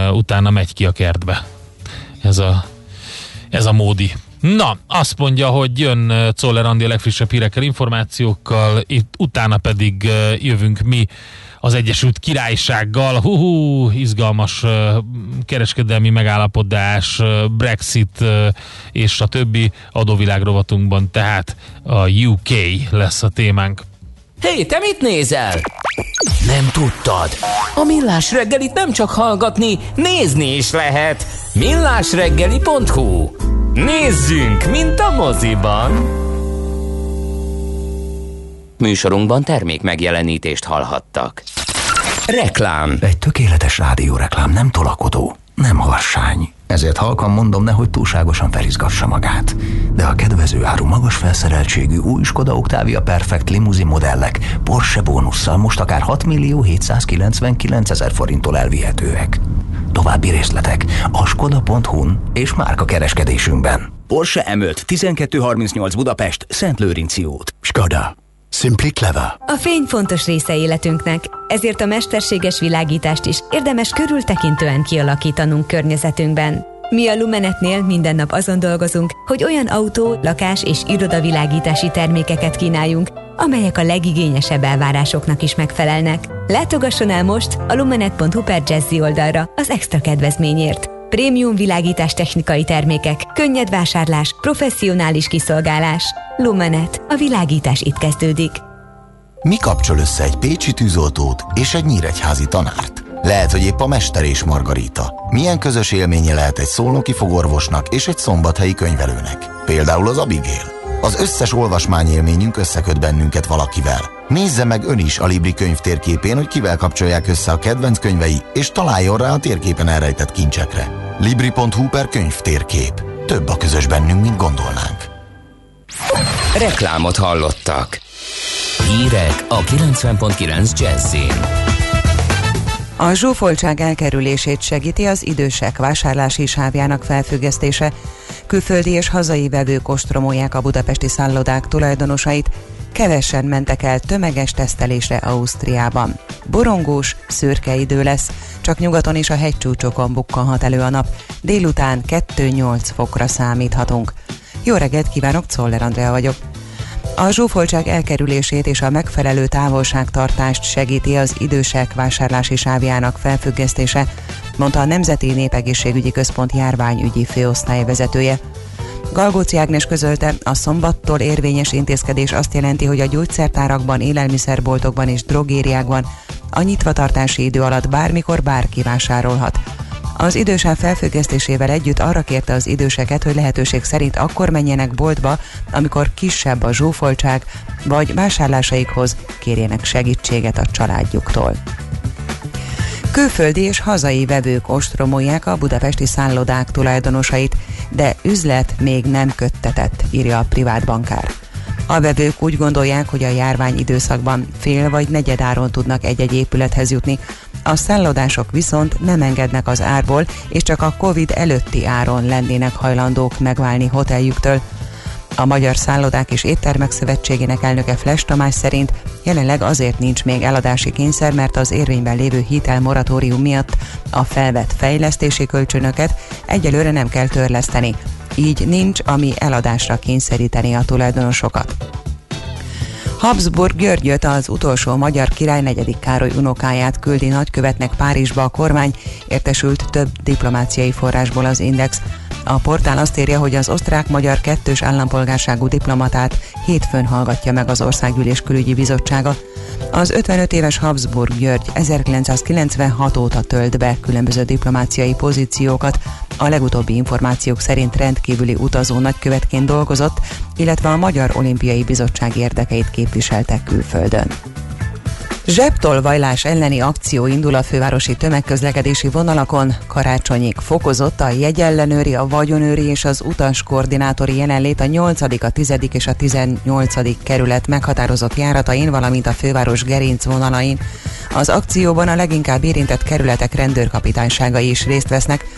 utána megy ki a kertbe. Ez a módi. Na, azt mondja, hogy jön Czoller Andi a legfrissebb hírekkel, információkkal, itt utána pedig jövünk mi az Egyesült Királysággal. Izgalmas kereskedelmi megállapodás, Brexit és a többi adóvilág rovatunkban, tehát a UK lesz a témánk. Hé, te mit nézel? Nem tudtad? A Millás reggelit nem csak hallgatni, nézni is lehet. millásreggeli.hu. Nézzünk, mint a moziban! Műsorunkban termék megjelenítést hallhattak. Reklám. Egy tökéletes rádióreklám nem tolakodó, nem harsány. Ezért halkan mondom, nehogy túlságosan felizgassa magát. De a kedvező áru magas felszereltségű új Skoda Octavia Perfect limuzin modellek Porsche bónusszal most akár 6.799.000 forinttól elvihetőek. További részletek a skoda.hu-n és márkakereskedésünkben. Porsche M5 1238 Budapest, Szentlőrinci út. Skoda. Simply clever. A fény fontos része életünknek, ezért a mesterséges világítást is érdemes körültekintően kialakítanunk környezetünkben. Mi a Lumenetnél minden nap azon dolgozunk, hogy olyan autó, lakás és irodavilágítási termékeket kínáljunk, amelyek a legigényesebb elvárásoknak is megfelelnek. Látogasson el most a lumenet.hu/jazzy oldalra az extra kedvezményért. Prémium világítás technikai termékek, könnyed vásárlás, professzionális kiszolgálás. Lumenet. A világítás itt kezdődik. Mi kapcsol össze egy pécsi tűzoltót és egy nyíregyházi tanárt? Lehet, hogy épp a Mester és Margarita. Milyen közös élménye lehet egy szolnoki fogorvosnak és egy szombathelyi könyvelőnek? Például az Abigail. Az összes olvasmányélményünk összeköt bennünket valakivel. Nézze meg ön is a Libri könyv térképén, hogy kivel kapcsolják össze a kedvenc könyvei, és találjon rá a térképen elrejtett kincsekre. Libri.hu/könyvtérkép. Több a közös bennünk, mint gondolnánk. Reklámot hallottak. Hírek a 90.9 Jazzin. A zsúfoltság elkerülését segíti az idősek vásárlási sávjának felfüggesztése. Külföldi és hazai vevők ostromolják a budapesti szállodák tulajdonosait. Kevesen mentek el tömeges tesztelésre Ausztriában. Borongós, szürke idő lesz, csak nyugaton és a hegycsúcsokon bukkanhat elő a nap. Délután 2-8 fokra számíthatunk. Jó reggelt kívánok, Czoller Andrea vagyok. A zsúfoltság elkerülését és a megfelelő távolságtartást segíti az idősek vásárlási sávjának felfüggesztése, mondta a Nemzeti Népegészségügyi Központ járványügyi főosztály vezetője. Galgóci Ágnes közölte, a szombattól érvényes intézkedés azt jelenti, hogy a gyógyszertárakban, élelmiszerboltokban és drogériákban a nyitvatartási idő alatt bármikor bárki vásárolhat. Az idősáv felfüggesztésével együtt arra kérte az időseket, hogy lehetőség szerint akkor menjenek boltba, amikor kisebb a zsúfoltság, vagy vásárlásaikhoz kérjenek segítséget a családjuktól. Külföldi és hazai vevők ostromolják a budapesti szállodák tulajdonosait, de üzlet még nem köttetett, írja a privát bankár. A vevők úgy gondolják, hogy a járvány időszakban fél vagy negyed áron tudnak egy-egy épülethez jutni, a szállodások viszont nem engednek az árból, és csak a Covid előtti áron lennének hajlandók megválni hoteljüktől. A Magyar Szállodák és Éttermek Szövetségének elnöke Fles Tamás szerint jelenleg azért nincs még eladási kényszer, mert az érvényben lévő hitelmoratórium miatt a felvett fejlesztési kölcsönöket egyelőre nem kell törleszteni. Így nincs, ami eladásra kényszeríteni a tulajdonosokat. Habsburg Györgyöt, az utolsó magyar király 4. Károly unokáját küldi nagykövetnek Párizsba a kormány, értesült több diplomáciai forrásból az Index. A portál azt írja, hogy az osztrák-magyar kettős állampolgárságú diplomatát hétfőn hallgatja meg az Országgyűlés Külügyi Bizottsága. Az 55 éves Habsburg György 1996 óta tölt be különböző diplomáciai pozíciókat. A legutóbbi információk szerint rendkívüli utazó nagykövetként dolgozott, illetve a Magyar Olimpiai Bizottság érdekeit képviselte külföldön. Zsebtolvajlás elleni akció indul a fővárosi tömegközlekedési vonalakon. Karácsonyig fokozott a jegyellenőri, a vagyonőri és az utaskoordinátori jelenlét a 8., a 10. és a 18. kerület meghatározott járatain, valamint a főváros gerinc vonalain. Az akcióban a leginkább érintett kerületek rendőrkapitányságai is részt vesznek.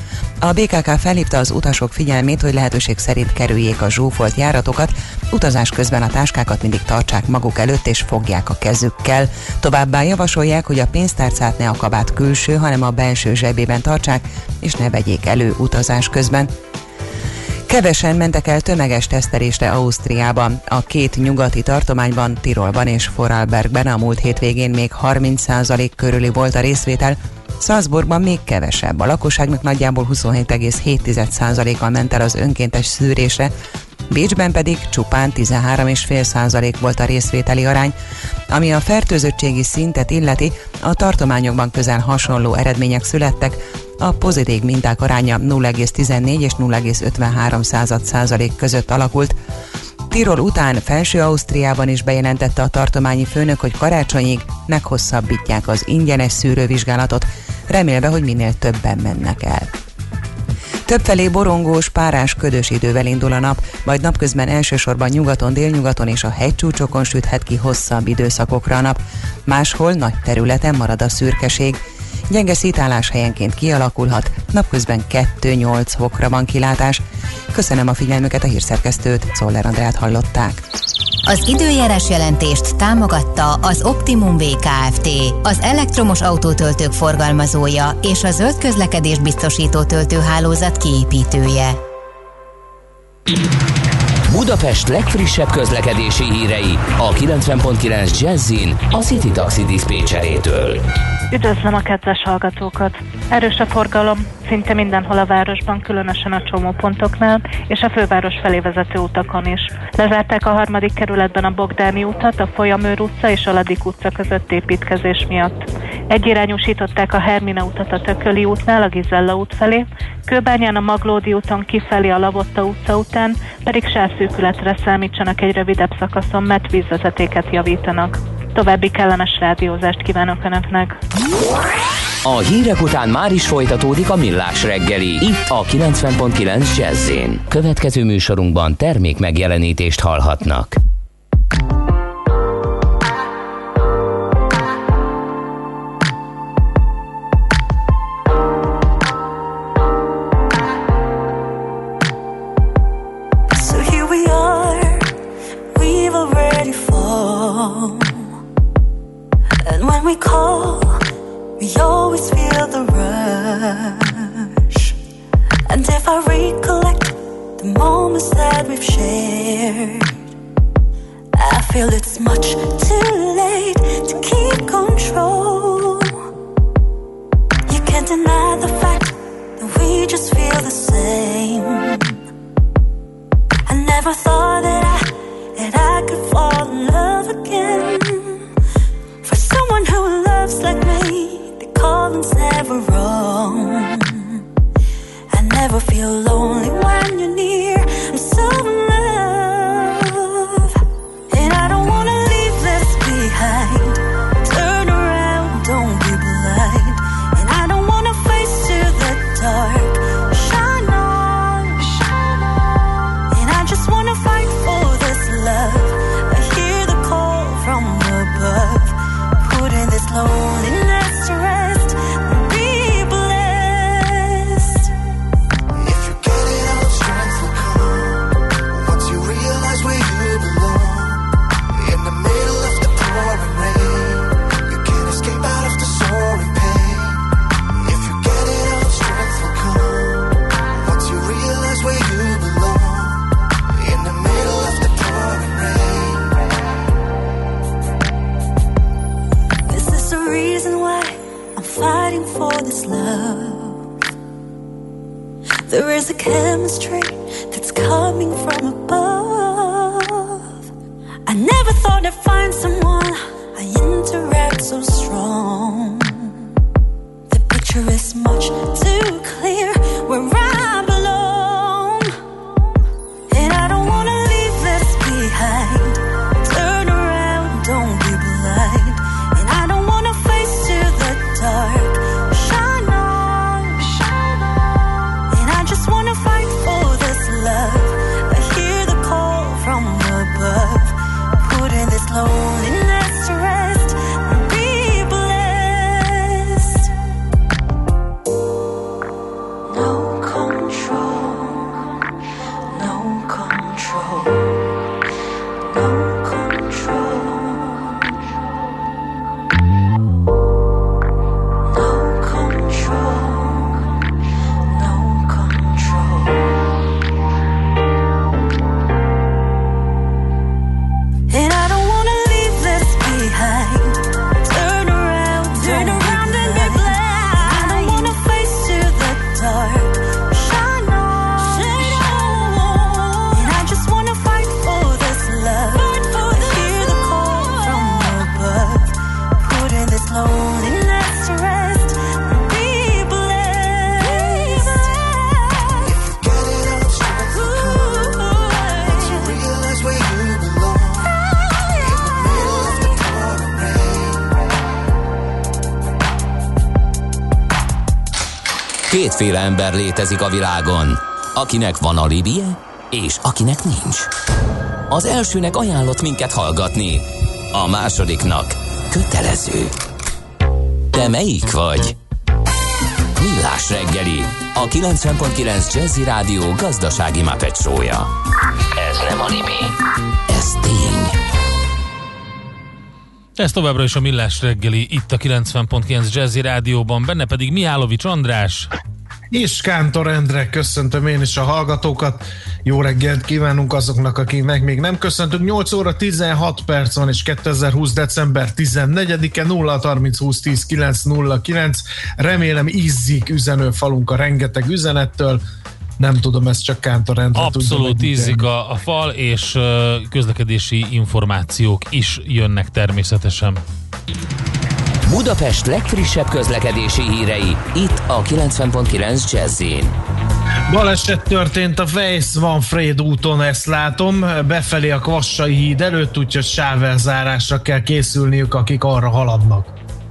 A BKK felhívta az utasok figyelmét, hogy lehetőség szerint kerüljék a zsúfolt járatokat, utazás közben a táskákat mindig tartsák maguk előtt és fogják a kezükkel. Továbbá javasolják, hogy a pénztárcát ne a kabát külső, hanem a belső zsebében tartsák, és ne vegyék elő utazás közben. Kevesen mentek el tömeges tesztelésre Ausztriában. A két nyugati tartományban, Tirolban és Vorarlbergben a múlt hétvégén még 30% körüli volt a részvétel, Salzburgban még kevesebb. A lakosságnak nagyjából 27,7%-kal ment el az önkéntes szűrésre, Bécsben pedig csupán 13,5% volt a részvételi arány. Ami a fertőzöttségi szintet illeti, a tartományokban közel hasonló eredmények születtek, a pozitív minták aránya 0,14 és 0,53% között alakult. Tirol után Felső-Ausztriában is bejelentette a tartományi főnök, hogy karácsonyig meghosszabbítják az ingyenes szűrővizsgálatot, remélve, hogy minél többen mennek el. Többfelé borongós, párás, ködös idővel indul a nap, majd napközben elsősorban nyugaton, délnyugaton és a hegycsúcsokon süthet ki hosszabb időszakokra a nap. Máshol nagy területen marad a szürkeség. Gyenge szitálás helyenként kialakulhat, napközben 2-8 fokra van kilátás. Köszönöm a figyelmüket, a hírszerkesztőt, Czoller Andrát hallották. Az időjárás jelentést támogatta az Optimum Kft., az elektromos autótöltők forgalmazója és a zöld közlekedés biztosító töltőhálózat kiépítője. Budapest legfrissebb közlekedési hírei a 90.9 Jazzin a City Taxi diszpécserétől. Üdvözlöm a kedves hallgatókat! Erős a forgalom szinte mindenhol a városban, különösen a csomópontoknál és a főváros felé vezető utakon is. Lezárták a 3. kerületben a Bogdáni utat, a Folyamőr utca és a Ladik utca között építkezés miatt. Egyirányúsították a Hermina utat a Tököli útnál, a Gizella út felé, Kőbányán a Maglódi úton kifelé a Lavotta utca után, pedig sávszűkületre számítsanak egy rövidebb szakaszon, mert vízvezetéket javítanak. További kellemes rádiózást kívánok Önöknek! A hírek után már is folytatódik a Millás reggeli, itt a 90.9 Jazz-én. Következő műsorunkban termék megjelenítést hallhatnak. We call, we always feel the rush. And if I recollect the moments that we've shared, I feel it's much too late to keep control. You can't deny the fact that we just feel the same. I never thought that I could fall in love again. Someone who loves like me, the calling's never wrong. I never feel lonely when you're near. I'm so in love, and I don't wanna leave this behind. Turn around, don't be blind, and I don't wanna face to the dark. Shine on, and I just wanna fight for this love. I hear the call from above. Putting this loneliness to rest and be blessed. If you get it all, strength will come once you realize where you belong. In the middle of the pouring rain, you can't escape out of the soaring pain. If you get it all, strength will come once you realize where you belong. In the middle of the pouring rain. The reason why I'm fighting for this love. There is a chemistry that's coming from above. I never thought I'd find someone I interact so strong. The picture is much too clear where I belong, and I don't wanna leave this behind. Turn around, don't be blind, and I don't wanna face to the dark. Shine on, and I just wanna fight for this love. I hear the call from above, putting this loneliness to rest and be blessed. No call. Kétféle ember létezik a világon, akinek van alibije, és akinek nincs. Az elsőnek ajánlott minket hallgatni, a másodiknak kötelező. Te melyik vagy? Millás reggeli, a 90.9 Jazzy Rádió gazdasági Muppet show-ja. Ez nem anime, ez tény. Ez továbbra is a Millás reggeli, itt a 90.9 Jazzy Rádióban, benne pedig Mihálovics András. És Kántor Endre, köszöntöm én is a hallgatókat. Jó reggelt kívánunk azoknak, akiknek még nem köszöntünk. 8 óra 16 perc van, és 2020. december 14-e 0-30-20-10-9-09. Remélem ízzik üzenőfalunk a rengeteg üzenettől. Nem tudom, ez csak Kántor Endre. Abszolút ízzik a fal, és közlekedési információk is jönnek természetesen. Budapest legfrissebb közlekedési hírei, itt a 90.9 Jazz-in. Baleset történt a Weiss-Manfred úton, ezt látom, befelé a Kvassai híd előtt, úgyhogy sávelzárásra kell készülniük, akik arra haladnak.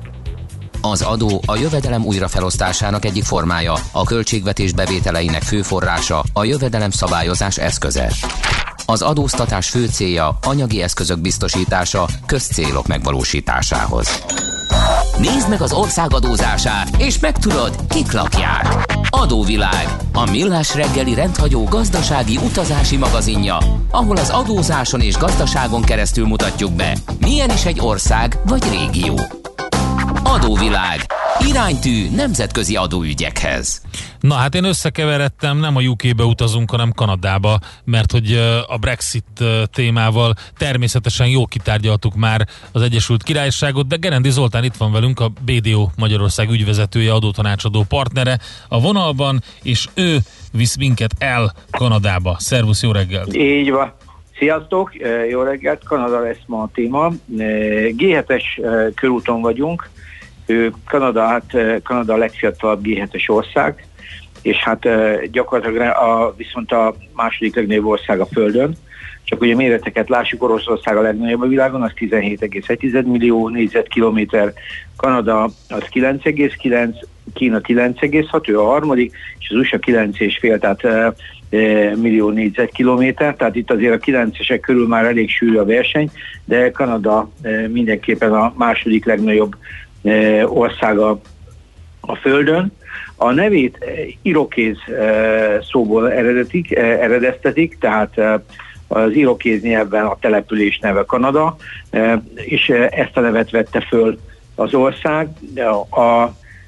Az adó a jövedelem újrafelosztásának egyik formája, a költségvetés bevételeinek fő forrása, a jövedelemszabályozás eszköze. Az adóztatás fő célja anyagi eszközök biztosítása közcélok megvalósításához. Nézd meg az ország adózását, és megtudod, kik lakják. Adóvilág, a millás reggeli rendhagyó gazdasági utazási magazinja, ahol az adózáson és gazdaságon keresztül mutatjuk be, milyen is egy ország vagy régió. Adóvilág, iránytű nemzetközi adóügyekhez. Na hát én összekeveredtem, nem a UK-be utazunk, hanem Kanadába, mert hogy a Brexit témával természetesen jól kitárgyaltuk már az Egyesült Királyságot, de Gerendi Zoltán itt van velünk, a BDO Magyarország ügyvezetője, adótanácsadó partnere a vonalban, és ő visz minket el Kanadába. Szervusz, jó reggelt! Így van. Sziasztok, jó reggelt, Kanada lesz ma a téma. G7-es körúton vagyunk, Kanada a legfiatalabb G7-es ország, és hát gyakorlatilag viszont a második legnagyobb ország a Földön. Csak ugye méreteket lássuk, Oroszország a legnagyobb a világon, az 17,1 millió négyzetkilométer, Kanada az 9,9, Kína 9,6, ő a harmadik, és az USA 9,5, tehát millió négyzetkilométer, tehát itt azért a 9-esek körül már elég sűrű a verseny, de Kanada mindenképpen a második legnagyobb országa a Földön. A nevét irokéz szóból eredeztetik, tehát az irokéz nyelven a település neve Kanada, és ezt a nevet vette föl az ország a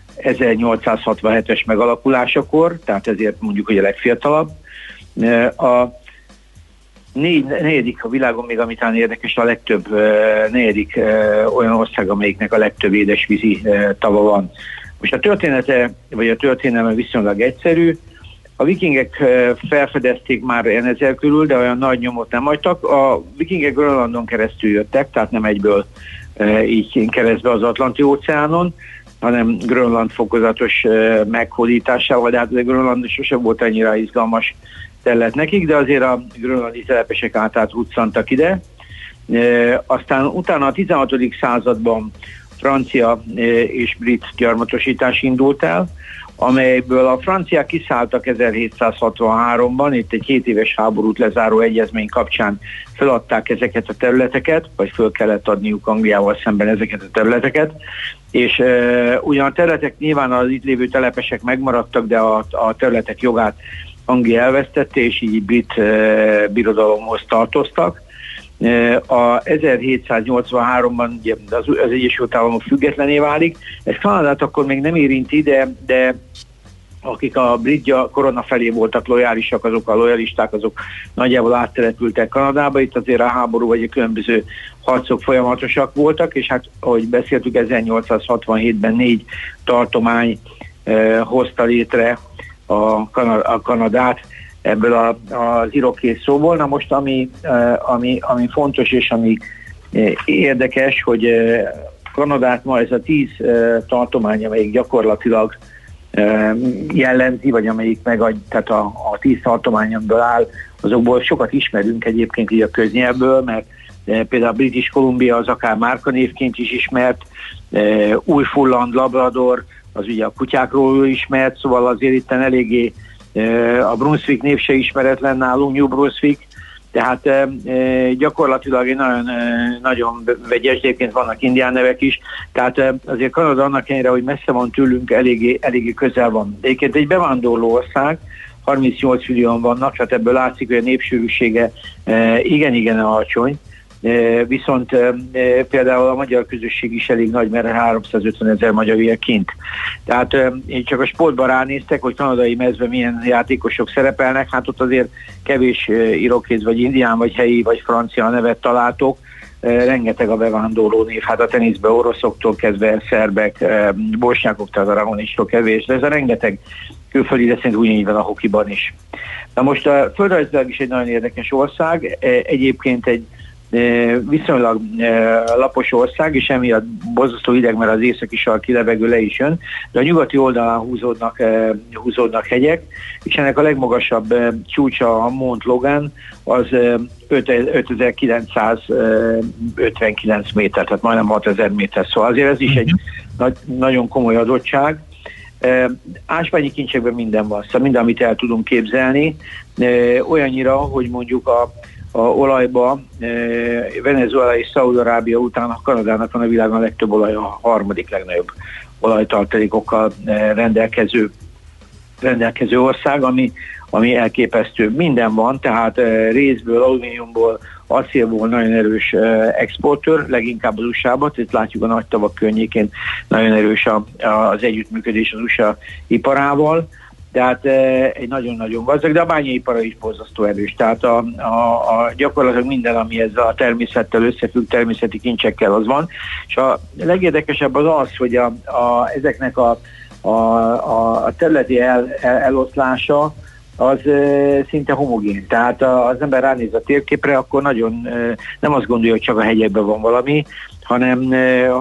1867-es megalakulásakor, tehát ezért mondjuk, hogy a legfiatalabb. A negyedik a világon még, amit talán érdekes, a legtöbb negyedik olyan ország, amelyiknek a legtöbb édesvízi tava van. Most a története, vagy a történelme viszonylag egyszerű. A vikingek felfedezték már 1000 körül, de olyan nagy nyomot nem hagytak. A vikingek Grönlandon keresztül jöttek, tehát nem egyből így keresztbe az Atlanti-óceánon, hanem Grönland fokozatos meghódításával, de hát a Grönland sosem volt annyira izgalmas terület nekik, de azért a grönlandi telepesek áthuccantak ide. Aztán utána a 16. században francia és brit gyarmatosítás indult el, amelyből a franciák kiszálltak 1763-ban, itt egy 2 éves háborút lezáró egyezmény kapcsán feladták ezeket a területeket, vagy föl kellett adniuk Angliával szemben ezeket a területeket, és ugyan a területek nyilván az itt lévő telepesek megmaradtak, de a területek jogát Anglia elvesztette, és így brit birodalomhoz tartoztak. A 1783-ban az Egyesült Államok függetlené válik. Ez Kanadát akkor még nem érinti, de akik a brit korona felé voltak lojálisak, azok a lojalisták, azok nagyjából áttelepültek Kanadába. Itt azért a háború vagy a különböző harcok folyamatosak voltak, és hát ahogy beszéltük, 1867-ben 4 tartomány hozta létre a Kanadát ebből az irokéz szóból. Na most ami fontos és ami érdekes, hogy Kanadát ma ez a 10 tartomány, amelyik gyakorlatilag jellemzi, vagy amelyik megadja, tehát a 10 tartományból áll, azokból sokat ismerünk egyébként így a köznyelvből, mert például a British Columbia az akár márkanévként is ismert, Új-Fulland, Labrador, az ugye a kutyákról ismert, szóval azért itten eléggé a Brunswick név se ismeretlen nálunk, New Brunswick, tehát gyakorlatilag egy nagyon, nagyon vegyes, egyébként vannak indián nevek is, tehát azért Kanada annak ellenére, hogy messze van tőlünk, eléggé közel van. Egyébként egy bevándorló ország, 38 millióan vannak, tehát ebből látszik, hogy a népsűrűsége igen alacsony, viszont például a magyar közösség is elég nagy, mert 350 000 magyar él kint. Tehát én csak a sportban ránéztek, hogy kanadai mezben milyen játékosok szerepelnek, hát ott azért kevés irokéz, vagy indián, vagy helyi, vagy francia nevet találtok, rengeteg a bevándorló név, hát a teniszbe oroszoktól kezdve szerbek, bosnyákok, tehát a ragonistól kevés, de ez a rengeteg külföldi, de szerint ugyanígy van a hokiban is. Na most a földrajzilag is egy nagyon érdekes ország, egyébként egy viszonylag lapos ország, és emiatt borzasztó hideg, mert az északi sarki levegő le is jön, de a nyugati oldalán húzódnak hegyek, és ennek a legmagasabb csúcsa a Mount Logan, az 5959 méter, tehát majdnem 6000 méter, szóval azért ez is egy nagyon komoly adottság. Ásványi kincsekben minden van, szóval minden, amit el tudunk képzelni, olyannyira, hogy mondjuk a olajba Venezuela és Szaúd-Arábia után a Kanadának van a világon a legtöbb olaj, a harmadik legnagyobb olajtartalékokkal rendelkező ország, ami elképesztő. Minden van, tehát részből, alumíniumból, acélból nagyon erős exportőr, leginkább az USA-ba, tehát látjuk a nagy tavak környékén nagyon erős az együttműködés az USA iparával, tehát egy nagyon-nagyon gazdag, de a bányaipara is borzasztó erős. Tehát gyakorlatilag minden, ami ezzel a természettel összefügg, természeti kincsekkel, az van. És a legérdekesebb az, hogy ezeknek a területi eloszlása az szinte homogén. Tehát az ember ránéz a térképre, akkor nagyon nem azt gondolja, hogy csak a hegyekben van valami, hanem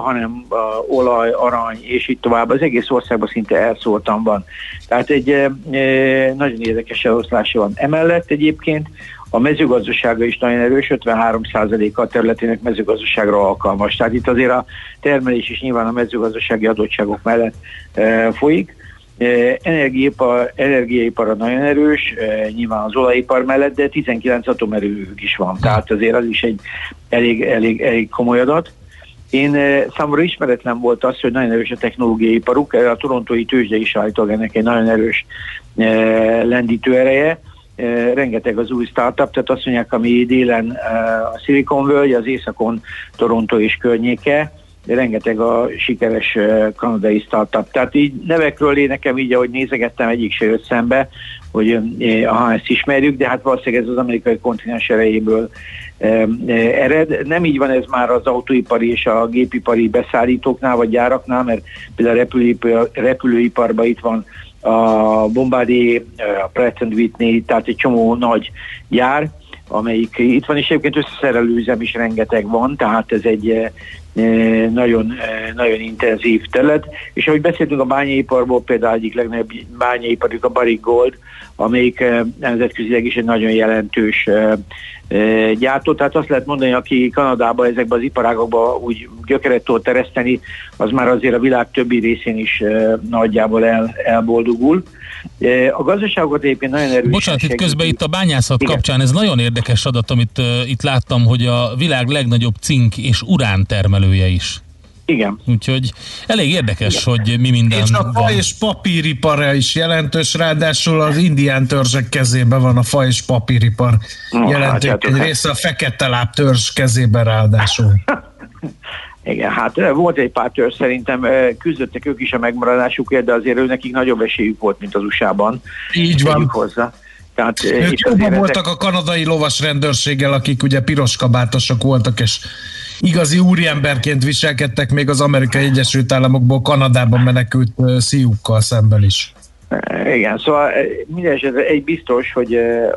olaj, arany, és így tovább. Az egész országban szinte elszórtan van. Tehát egy nagyon érdekes eloszlása van. Emellett egyébként a mezőgazdasága is nagyon erős, 53%-a a területének mezőgazdaságra alkalmas. Tehát itt azért a termelés is nyilván a mezőgazdasági adottságok mellett folyik. Energiaipara nagyon erős, nyilván az olajipar mellett, de 19 atomerőjük is van. Tehát azért az is egy elég komoly adat. Számomra ismeretlen volt az, hogy nagyon erős a technológiai iparuk, a torontói tőzsde is állítólag ennek egy nagyon erős lendítő ereje. Rengeteg az új startup, tehát azt mondják, ami délen a Silicon Valley, az északon Toronto és környéke, de rengeteg a sikeres kanadai startup. Tehát így nevekről én nekem így, ahogy nézegettem, egyik se jött szembe, hogy ezt ismerjük, de hát valószínűleg ez az amerikai kontinens erejéből ered. Nem így van ez már az autóipari és a gépipari beszállítóknál vagy gyáraknál, mert például a repülőiparban itt van a Bombardier, a Pratt & Whitney, tehát egy csomó nagy gyár, amelyik itt van, és egyébként összeszerelőüzem is rengeteg van, tehát ez egy nagyon intenzív terület, és ahogy beszéltünk a bányaiparból, például egyik legnagyobb bányaiparuk a Barrick Gold, amelyik nemzetközileg is egy nagyon jelentős gyártó, tehát azt lehet mondani, aki Kanadában ezekben az iparágokban úgy gyökeret tud tereszteni, az már azért a világ többi részén is nagyjából elboldogul. A gazdaságokat egyébként nagyon erősen Bocsánat, itt közben itt a bányászat kapcsán ez nagyon érdekes adat, amit itt láttam, hogy a világ legnagyobb cink és urán termelője is. Igen. Úgyhogy elég érdekes, hogy mi minden és a fa van. és papíripara is jelentős, ráadásul az indián törzsek kezében van a fa és papíripar jelentős része, a fekete láb törzs kezében ráadásul. Igen, hát volt egy pár törzs, szerintem küzdöttek ők is a megmaradásukért, de azért nekik nagyobb esélyük volt, mint az USA-ban. Így van. Hozzá. Tehát, ők jobban voltak a kanadai lovas rendőrséggel, akik ugye piros kabátosok voltak, és igazi úriemberként viselkedtek még az Amerikai Egyesült Államokból Kanadába menekült szíjukkal szemben is. Igen, szóval minden esetben egy biztos, hogy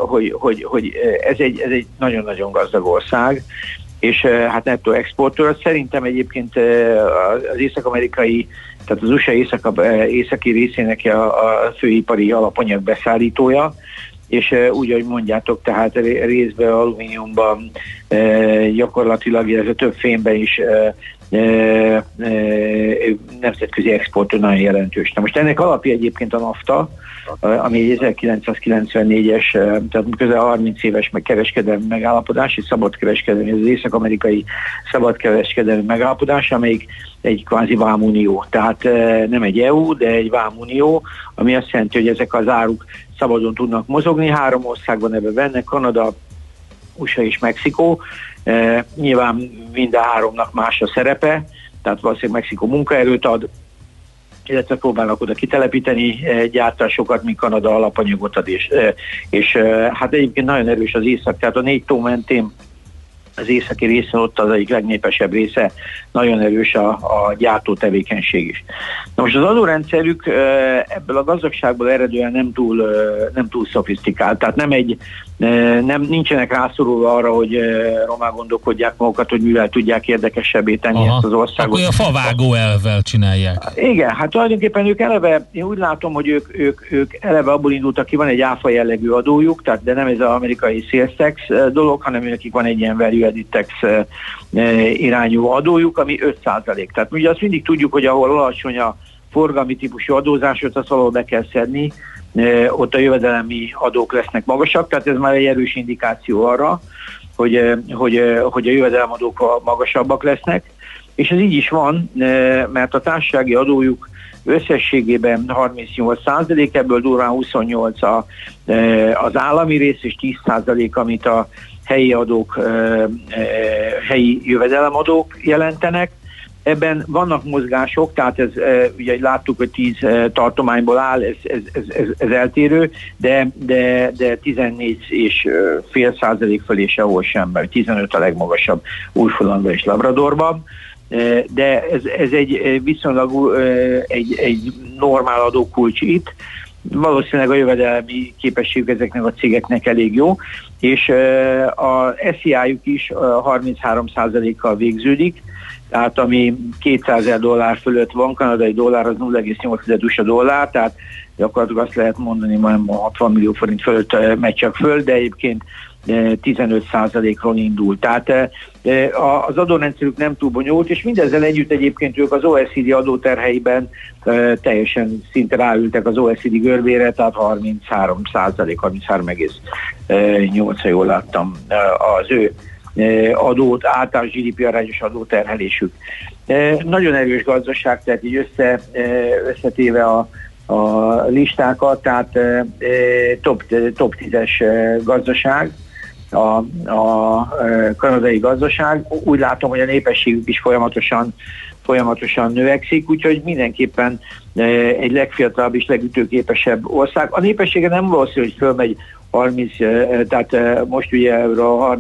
ez egy nagyon-nagyon gazdag ország, és hát nettó exportőr. Szerintem egyébként az észak-amerikai, tehát az USA északi részének a főipari alapanyag beszállítója, és úgy, ahogy mondjátok, tehát részben alumíniumban, gyakorlatilag, illetve több fémben is nemzetközi export nagyon jelentős. Na most ennek alapja egyébként a NAFTA, ami egy 1994-es, tehát közel 30 éves kereskedelmi megállapodás, és szabadkereskedelmi, ez az észak-amerikai szabadkereskedelmi megállapodás, amelyik egy kvázi vámunió. Tehát nem egy EU, de egy vámunió, ami azt jelenti, hogy ezek az áruk szabadon tudnak mozogni. 3 országban ebben benne, Kanada, USA és Mexikó. Nyilván mind a 3-nak más a szerepe, tehát valószínűleg Mexikó munkaerőt ad, illetve próbálnak oda kitelepíteni gyártásokat, míg Kanada alapanyagot ad, és hát egyébként nagyon erős az észak, tehát a 4 tó mentén az északi részen ott az egyik legnépesebb része, nagyon erős a gyártó tevékenység is. Na most az adórendszerük ebből a gazdagságból eredően nem túl szofisztikált, tehát nincsenek rászorulva arra, hogy román gondolkodják magukat, hogy mivel tudják érdekesebbé tenni ezt az országot. Akkor a favágó elvvel csinálják. Igen, hát tulajdonképpen ők eleve, én úgy látom, hogy ők eleve abból indultak ki, van egy áfa jellegű adójuk, tehát de nem ez az amerikai sales tax dolog, hanem nekik van egy ilyen value added tax irányú adójuk, ami 5%. Tehát ugye azt mindig tudjuk, hogy ahol alacsony a forgalmi típusú adózásot, azt valahol be kell szedni, ott a jövedelmi adók lesznek magasak, tehát ez már egy erős indikáció arra, hogy a jövedelemadók magasabbak lesznek, és ez így is van, mert a társasági adójuk összességében 38%, ebből durván 28% az állami rész, és 10% amit a helyi adók, helyi jövedelemadók jelentenek. Ebben vannak mozgások, tehát ez, ugye láttuk, hogy 10 tartományból áll, ez eltérő, de 14,5% fölé sehol sem, mert 15 a legmagasabb Új-Fullandban és Labradorban. De ez egy viszonylag egy normál adókulcs itt. Valószínűleg a jövedelmi képességük ezeknek a cégeknek elég jó, és a SZI-juk is 33%-kal végződik, tehát ami $200,000 fölött van, kanadai dollár az 0,8 USA dollár, tehát gyakorlatilag azt lehet mondani, hogy 60 millió forint fölött megy csak föl, de egyébként 15%-ról indul. Tehát az adórendszerük nem túl bonyolult, és mindezzel együtt egyébként ők az OECD adóterheiben teljesen szinte ráültek az OECD görbére, tehát 33%, ha jól láttam az ő adót, általános GDP arányos adóterhelésük. Nagyon erős gazdaság, tehát így összetéve a listákat, tehát top 10-es gazdaság, a kanadai gazdaság. Úgy látom, hogy a népességük is folyamatosan növekszik, úgyhogy mindenképpen egy legfiatalabb és legütőképesebb ország. A népessége nem valószínű, hogy fölmegy 30, tehát most ugye a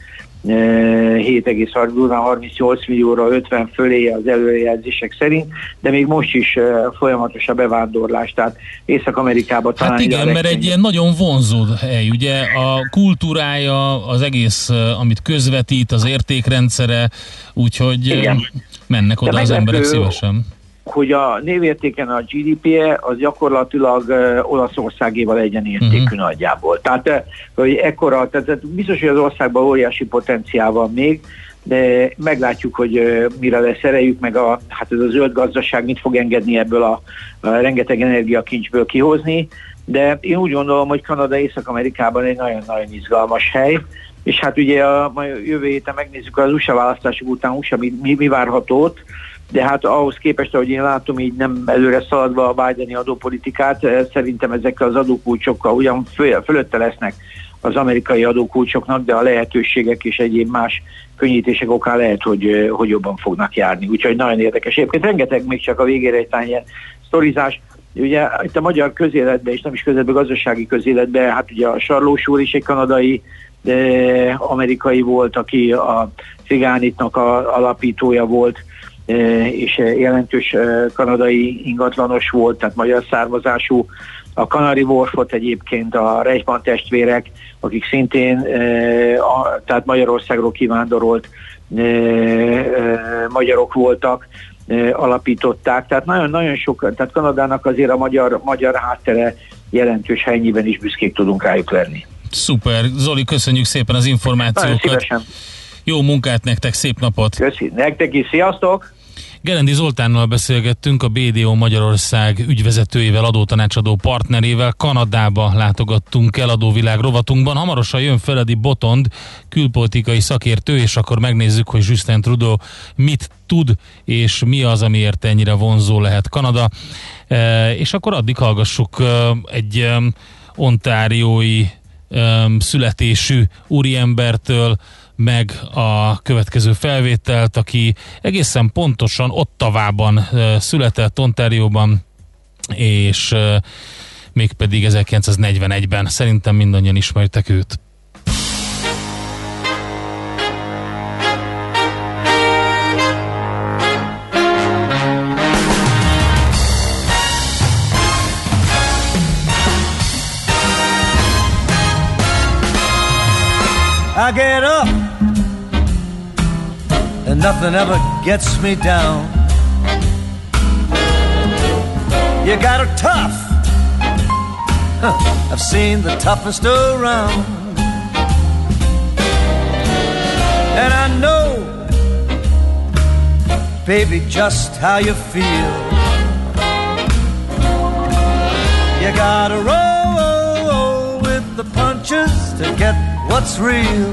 37,38 millióra 50 fölé az előrejelzések szerint, de még most is folyamatos a bevándorlás, tehát Észak-Amerikában talán... Hát igen, mert egy ilyen nagyon vonzó hely, ugye a kultúrája, az egész, amit közvetít, az értékrendszere, úgyhogy igen. Mennek oda az emberek szívesen. Hogy a névértéken a GDP-je az gyakorlatilag Olaszországéval egyenértékű nagyjából. Tehát, hogy ekkora, tehát biztos, hogy az országban óriási potenciál van még, de meglátjuk, hogy mire lesz erejük, meg hát ez a zöld gazdaság mit fog engedni ebből a rengeteg energiakincsből kihozni, de én úgy gondolom, hogy Kanada Észak-Amerikában egy nagyon-nagyon izgalmas hely, és hát ugye jövő héten megnézzük az USA választások után mi várható ott, de hát ahhoz képest, ahogy én látom, így nem előre szaladva a Bideni adópolitikát, szerintem ezekkel az adókulcsokkal ugyan fölötte lesznek az amerikai adókulcsoknak, de a lehetőségek és egyéb más könnyítések okán lehet, hogy jobban fognak járni. Úgyhogy nagyon érdekes. Egyébként rengeteg még csak a végére egy ilyen sztorizás. Ugye itt a magyar közéletben, és nem is közéletben, gazdasági közéletben, hát ugye a Sarlós úr is egy kanadai, amerikai volt, aki a Cigánitnak alapítója volt, és jelentős kanadai ingatlanos volt, tehát magyar származású. A Canary Wharfot egyébként a Reichmann testvérek, akik szintén tehát Magyarországról kivándorolt magyarok voltak, alapították. Tehát nagyon-nagyon sok, tehát Kanadának azért a magyar háttere jelentős, helynyiben is büszkék tudunk rájuk lenni. Szuper. Zoli, köszönjük szépen az információkat. Nagyon szívesen. Jó munkát nektek, szép napot! Köszi, nektek is, sziasztok! Gerendi Zoltánnal beszélgettünk, a BDO Magyarország ügyvezetőjével, adótanácsadó partnerével. Kanadába látogattunk el adóvilág rovatunkban. Hamarosan jön Feledi Botond, külpolitikai szakértő, és akkor megnézzük, hogy Justin Trudeau mit tud, és mi az, amiért ennyire vonzó lehet Kanada. És akkor addig hallgassuk egy ontáriói születésű úriembertől meg a következő felvételt, aki egészen pontosan Ottawában született, Ontárióban, és mégpedig 1941-ben. Szerintem mindannyian ismertek őt. I get up and nothing ever gets me down. You got her tough, I've seen the toughest around. And I know, baby, just how you feel. You gotta roll with the punches to get what's real.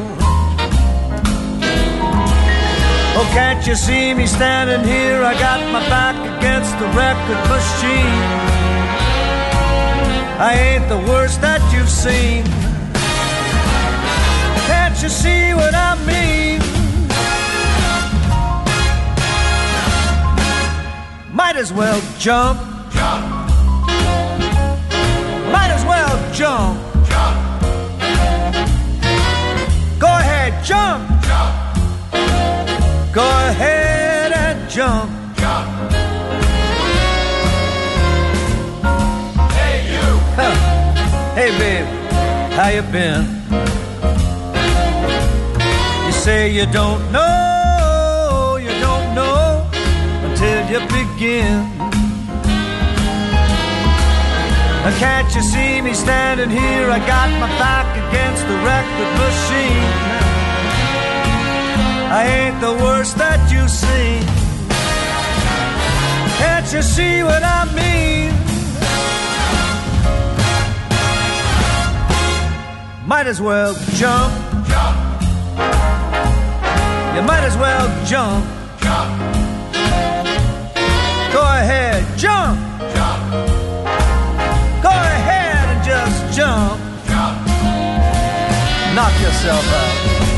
Oh, can't you see me standing here? I got my back against the record machine. I ain't the worst that you've seen. Can't you see what I mean? Might as well jump. Jump. Might as well jump. Jump. Go ahead, jump. Jump. Go ahead and jump. Jump. Hey, you. Huh. Hey, babe, how you been? You say you don't know until you begin. Can't you see me standing here? I got my back against the record machine. I ain't the worst that you've seen. Can't you see what I mean? Might as well jump. Jump. You might as well jump. Jump. Go ahead, jump. Jump. Go ahead and just jump. Jump. Knock yourself out.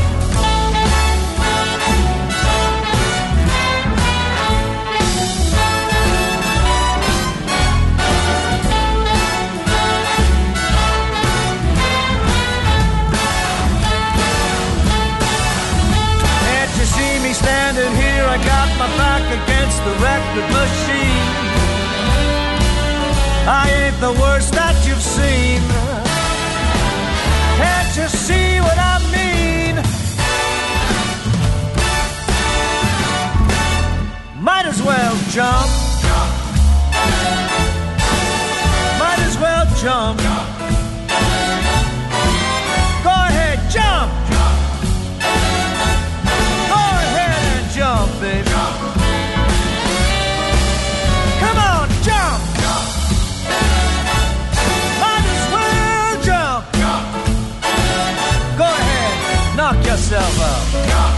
Can't you see me standing here? I got my back against the record machine. I ain't the worst that you've seen. Can't you see what I mean? Might as well jump. Jump. Might as well jump. Jump. Go ahead, jump. Jump. Go ahead and jump, baby. Jump. Come on, jump. Jump. Knock yourself out. Jump.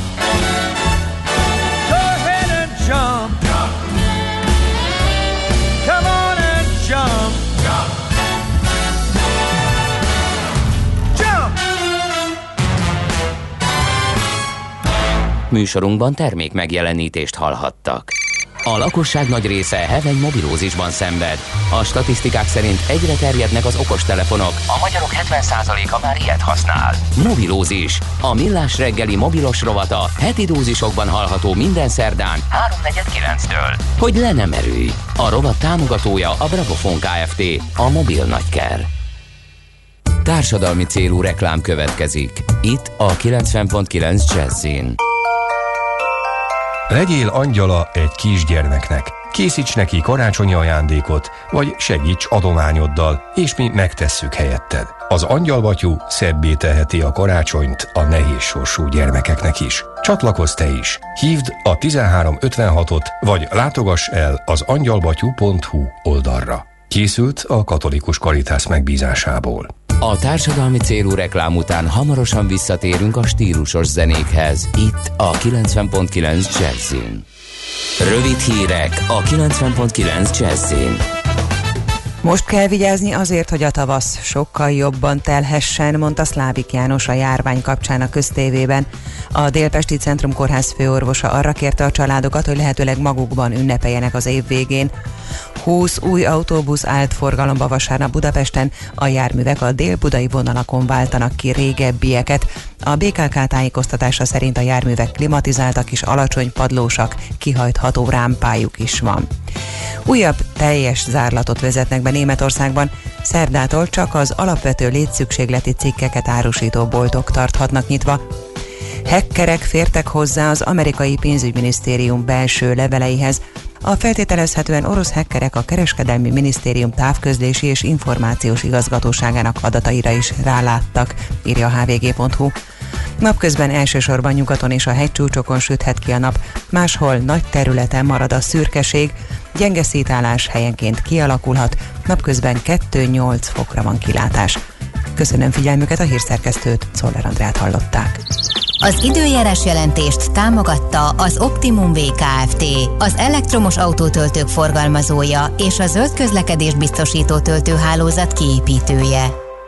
Go ahead and jump. Jump. Come on and jump. Jump. Jump. Műsorunkban termék megjelenítést hallhattak. A lakosság nagy része heveny mobilózisban szenved. A statisztikák szerint egyre terjednek az okostelefonok. A magyarok 70%-a már ilyet használ. Mobilózis. A Millás reggeli mobilos rovata heti dózisokban hallható minden szerdán 3:49-től. Hogy le nem erőj. A rovat támogatója a Bravofon Kft. A mobil nagyker. Társadalmi célú reklám következik. Itt a 90.9 Jazzin. Legyél angyala egy kisgyermeknek. Készíts neki karácsonyi ajándékot, vagy segíts adományoddal, és mi megtesszük helyetted. Az Angyalbatyú szebbé teheti a karácsonyt a nehéz sorsú gyermekeknek is. Csatlakozz te is! Hívd a 1356-ot, vagy látogass el az angyalbatyú.hu oldalra. Készült a Katolikus Karitász megbízásából. A társadalmi célú reklám után hamarosan visszatérünk a stílusos zenékhez. Itt a 90.9 Jazzin. Rövid hírek a 90.9 Jazzin. Most kell vigyázni azért, hogy a tavasz sokkal jobban telhessen, mondta Szlávik János a járvány kapcsán a köztévében. A Délpesti Centrum Kórház főorvosa arra kérte a családokat, hogy lehetőleg magukban ünnepeljenek az év végén. 20 új autóbusz állt forgalomba vasárnap Budapesten, a járművek a dél-budai vonalakon váltanak ki régebbieket. A BKK tájékoztatása szerint a járművek klimatizáltak és alacsony padlósak, kihajtható rámpájuk is van. Újabb teljes zárlatot vezetnek be Németországban. Szerdától csak az alapvető létszükségleti cikkeket árusító boltok tarthatnak nyitva. Hackerek fértek hozzá az amerikai pénzügyminisztérium belső leveleihez. A feltételezhetően orosz hackerek a kereskedelmi minisztérium távközlési és információs igazgatóságának adataira is ráláttak, írja a hvg.hu. Napközben elsősorban nyugaton és a hegycsúcsokon süthet ki a nap, máshol nagy területen marad a szürkeség, gyenge szítálás helyenként kialakulhat, napközben 2-8 fokra van kilátás. Köszönöm figyelmüket, a hírszerkesztőt, Czoller Andrát hallották. Az időjárás jelentést támogatta az Optimum Kft., az elektromos autótöltők forgalmazója és a zöld közlekedés biztosító töltőhálózat kiépítője.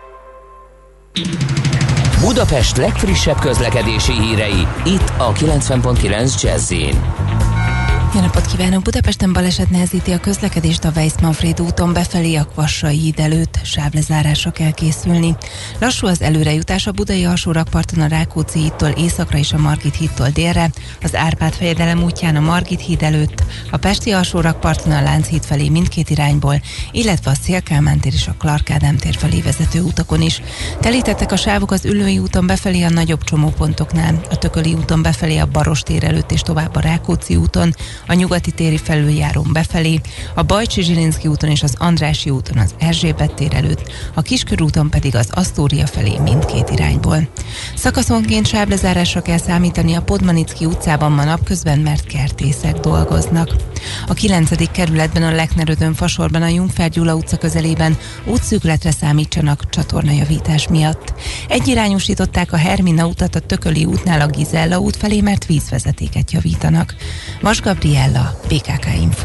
Budapest legfrissebb közlekedési hírei, itt a 90.9 Jazzin. Jó napot kívánok! Budapesten baleset nehezíti a közlekedést a Weiss-Manfréd úton befelé a Kvassai híd előtt, sávlezárásra kell készülni. Lassú az előrejutás a budai alsórakparton a Rákóczi hídtól északra és a Margit hídtól délre, az Árpád-fejedelem útján a Margit híd előtt, a pesti alsórakparton a Lánchíd felé mindkét irányból, illetve a Széll-Kálmán tér és a Clark Ádám tér felé vezető utakon is. Telítettek a sávok az Üllői úton befelé a nagyobb csomópontoknál, a Tököli úton befelé a Baros tér előtt és tovább a Rákóczi úton, a Nyugati téri felüljárón befelé, a Bajcsi-Zsilinszky úton és az Andrássy úton az Erzsébet tér előtt, a Kiskörúton pedig az Asztória felé mindkét irányból. Szakaszonként sávlezárásra kell számítani a Podmanicki utcában ma napközben, mert kertészek dolgoznak. A 9. kerületben a Lechner-Ödön fasorban a Jungfer Gyula utca közelében útszűkületre számítsanak csatornajavítás miatt. Egyirányosították a Hermina utat a Tököli útnál a Gizella út felé, mert vízvezetéket javítanak. Vas Gabriella, BKK Info.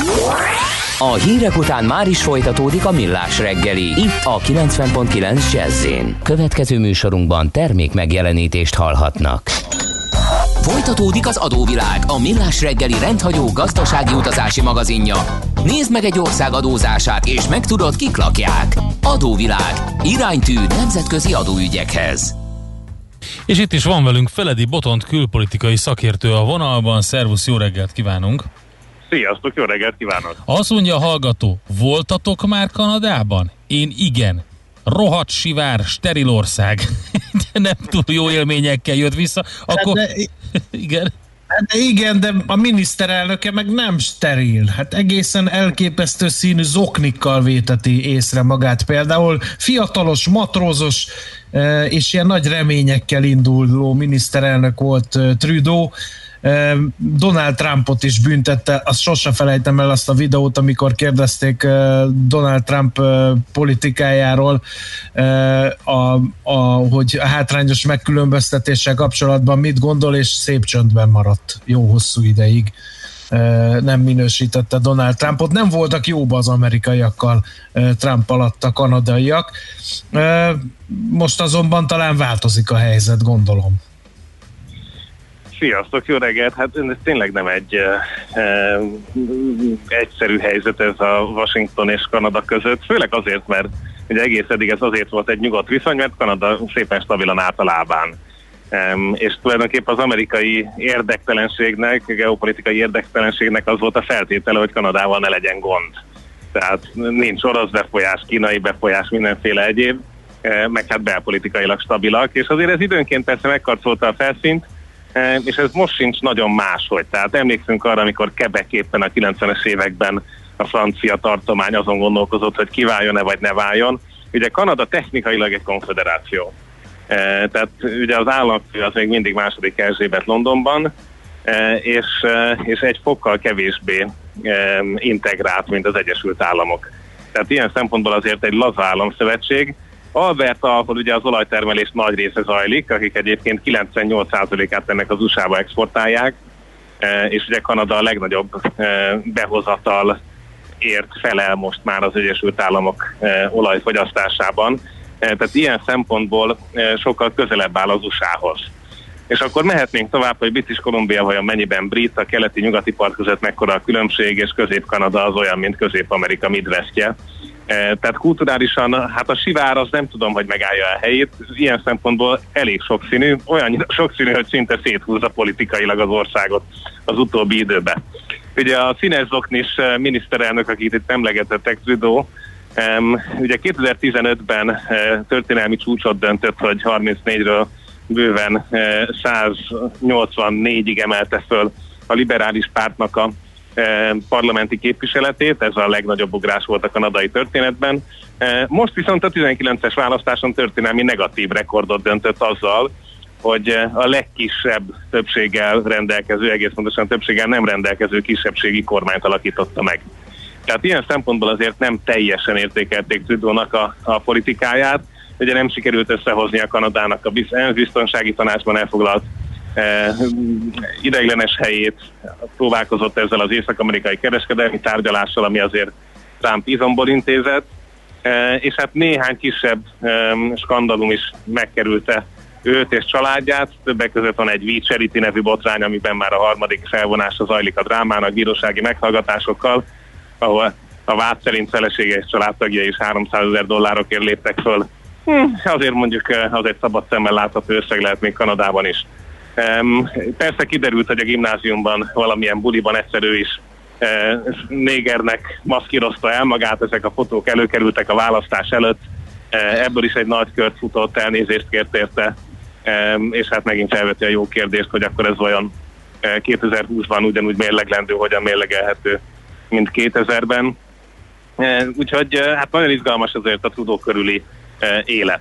A hírek után már is folytatódik a Millás reggeli, itt a 90.9 Jazzin. Következő műsorunkban termék megjelenítést hallhatnak. Folytatódik az adóvilág, a Millás reggeli rendhagyó gazdasági utazási magazinja. Nézd meg egy ország adózását, és megtudod, kik lakják. Adóvilág, iránytű nemzetközi adóügyekhez. És itt is van velünk Feledi Botont külpolitikai szakértő a vonalban. Szervusz, jó reggelt kívánunk! Sziasztok, jó reggelt kívánok! Azt mondja a hallgató, voltatok már Kanadában? Én igen. Rohadt sivár, steril ország. De nem túl jó élményekkel jött vissza. Akkor... igen. De igen, de a miniszterelnöke meg nem steril. Hát egészen elképesztő színű zoknikkal véteti észre magát. Például fiatalos, matrózos és ilyen nagy reményekkel induló miniszterelnök volt Trudeau. Donald Trumpot is büntette, azt sosem felejtem el azt a videót, amikor kérdezték Donald Trump politikájáról, hogy a hátrányos megkülönböztetéssel kapcsolatban mit gondol, és szép csöndben maradt jó hosszú ideig. Nem minősítette Donald Trumpot. Nem voltak jóba az amerikaiakkal Trump alatt a kanadaiak. Most azonban talán változik a helyzet, gondolom. Sziasztok, jó reggelt! Hát ez tényleg nem egy egyszerű helyzet ez a Washington és Kanada között, főleg azért, mert ugye egész eddig ez azért volt egy nyugodt viszony, mert Kanada szépen stabilan állt a lábán. És tulajdonképpen az amerikai érdektelenségnek, geopolitikai érdektelenségnek az volt a feltétele, hogy Kanadával ne legyen gond. Tehát nincs orosz befolyás, kínai befolyás, mindenféle egyéb, meg hát belpolitikailag stabilak, és azért ez időnként persze megkarcolta a felszínt, és ez most sincs nagyon máshogy. Tehát emlékszünk arra, amikor Quebec éppen a 90-es években a francia tartomány azon gondolkozott, hogy kiváljon-e vagy ne váljon. Ugye Kanada technikailag egy konföderáció. Tehát ugye az államfő az még mindig II. Erzsébet Londonban, és egy fokkal kevésbé integrált, mint az Egyesült Államok. Tehát ilyen szempontból azért egy laza államszövetség. Alberta, ahol ugye az olajtermelés nagy része zajlik, akik egyébként 98%-át ennek az USA-ba exportálják, és ugye Kanada a legnagyobb behozatal ért felel most már az Egyesült Államok olajfogyasztásában. Tehát ilyen szempontból sokkal közelebb áll az USA-hoz. És akkor mehetnénk tovább, hogy British Columbia vajon mennyiben brit, a keleti-nyugati part között mekkora a különbség, és Közép-Kanada az olyan, mint Közép-Amerika Midwestje. Tehát kulturálisan, hát a sivár az nem tudom, hogy megállja a helyét, ilyen szempontból elég sokszínű, olyan sokszínű, hogy szinte széthúzza politikailag az országot az utóbbi időben. Ugye a színes zoknis miniszterelnök, akit itt emlegetettek, Trudeau, ugye 2015-ben történelmi csúcsot döntött, hogy 34-ről bőven 184-ig emelte föl a liberális pártnak a parlamenti képviseletét, ez a legnagyobb ugrás volt a kanadai történetben. Most viszont a 19-es választáson történelmi negatív rekordot döntött azzal, hogy a legkisebb többséggel rendelkező, egész pontosan többséggel nem rendelkező kisebbségi kormányt alakította meg. Tehát ilyen szempontból azért nem teljesen értékelték Trudeaunak a politikáját, ugye nem sikerült összehozni a Kanadának a biztonsági tanácsban elfoglalt ideiglenes helyét, próbálkozott ezzel az észak-amerikai kereskedelmi tárgyalással, ami azért Trump izomból intézett, és hát néhány kisebb skandalum is megkerülte őt és családját, többek között van egy We Charity nevű botrány, amiben már a harmadik felvonása zajlik a drámának bírósági meghallgatásokkal, ahol a vád szerint felesége és családtagja is $300,000 léptek föl. Azért mondjuk az egy szabad szemmel látható összeg lehet még Kanadában is. Persze kiderült, hogy a gimnáziumban valamilyen buliban egyszer ő is négernek maszkírozta el magát, ezek a fotók előkerültek a választás előtt, ebből is egy nagy kört futott, elnézést kért érte, és hát megint felveti a jó kérdést, hogy akkor ez vajon 2020-ban ugyanúgy mérleglendő, hogyan mérlegelhető, mint 2000-ben. Úgyhogy hát nagyon izgalmas azért a Trudeau körüli élet.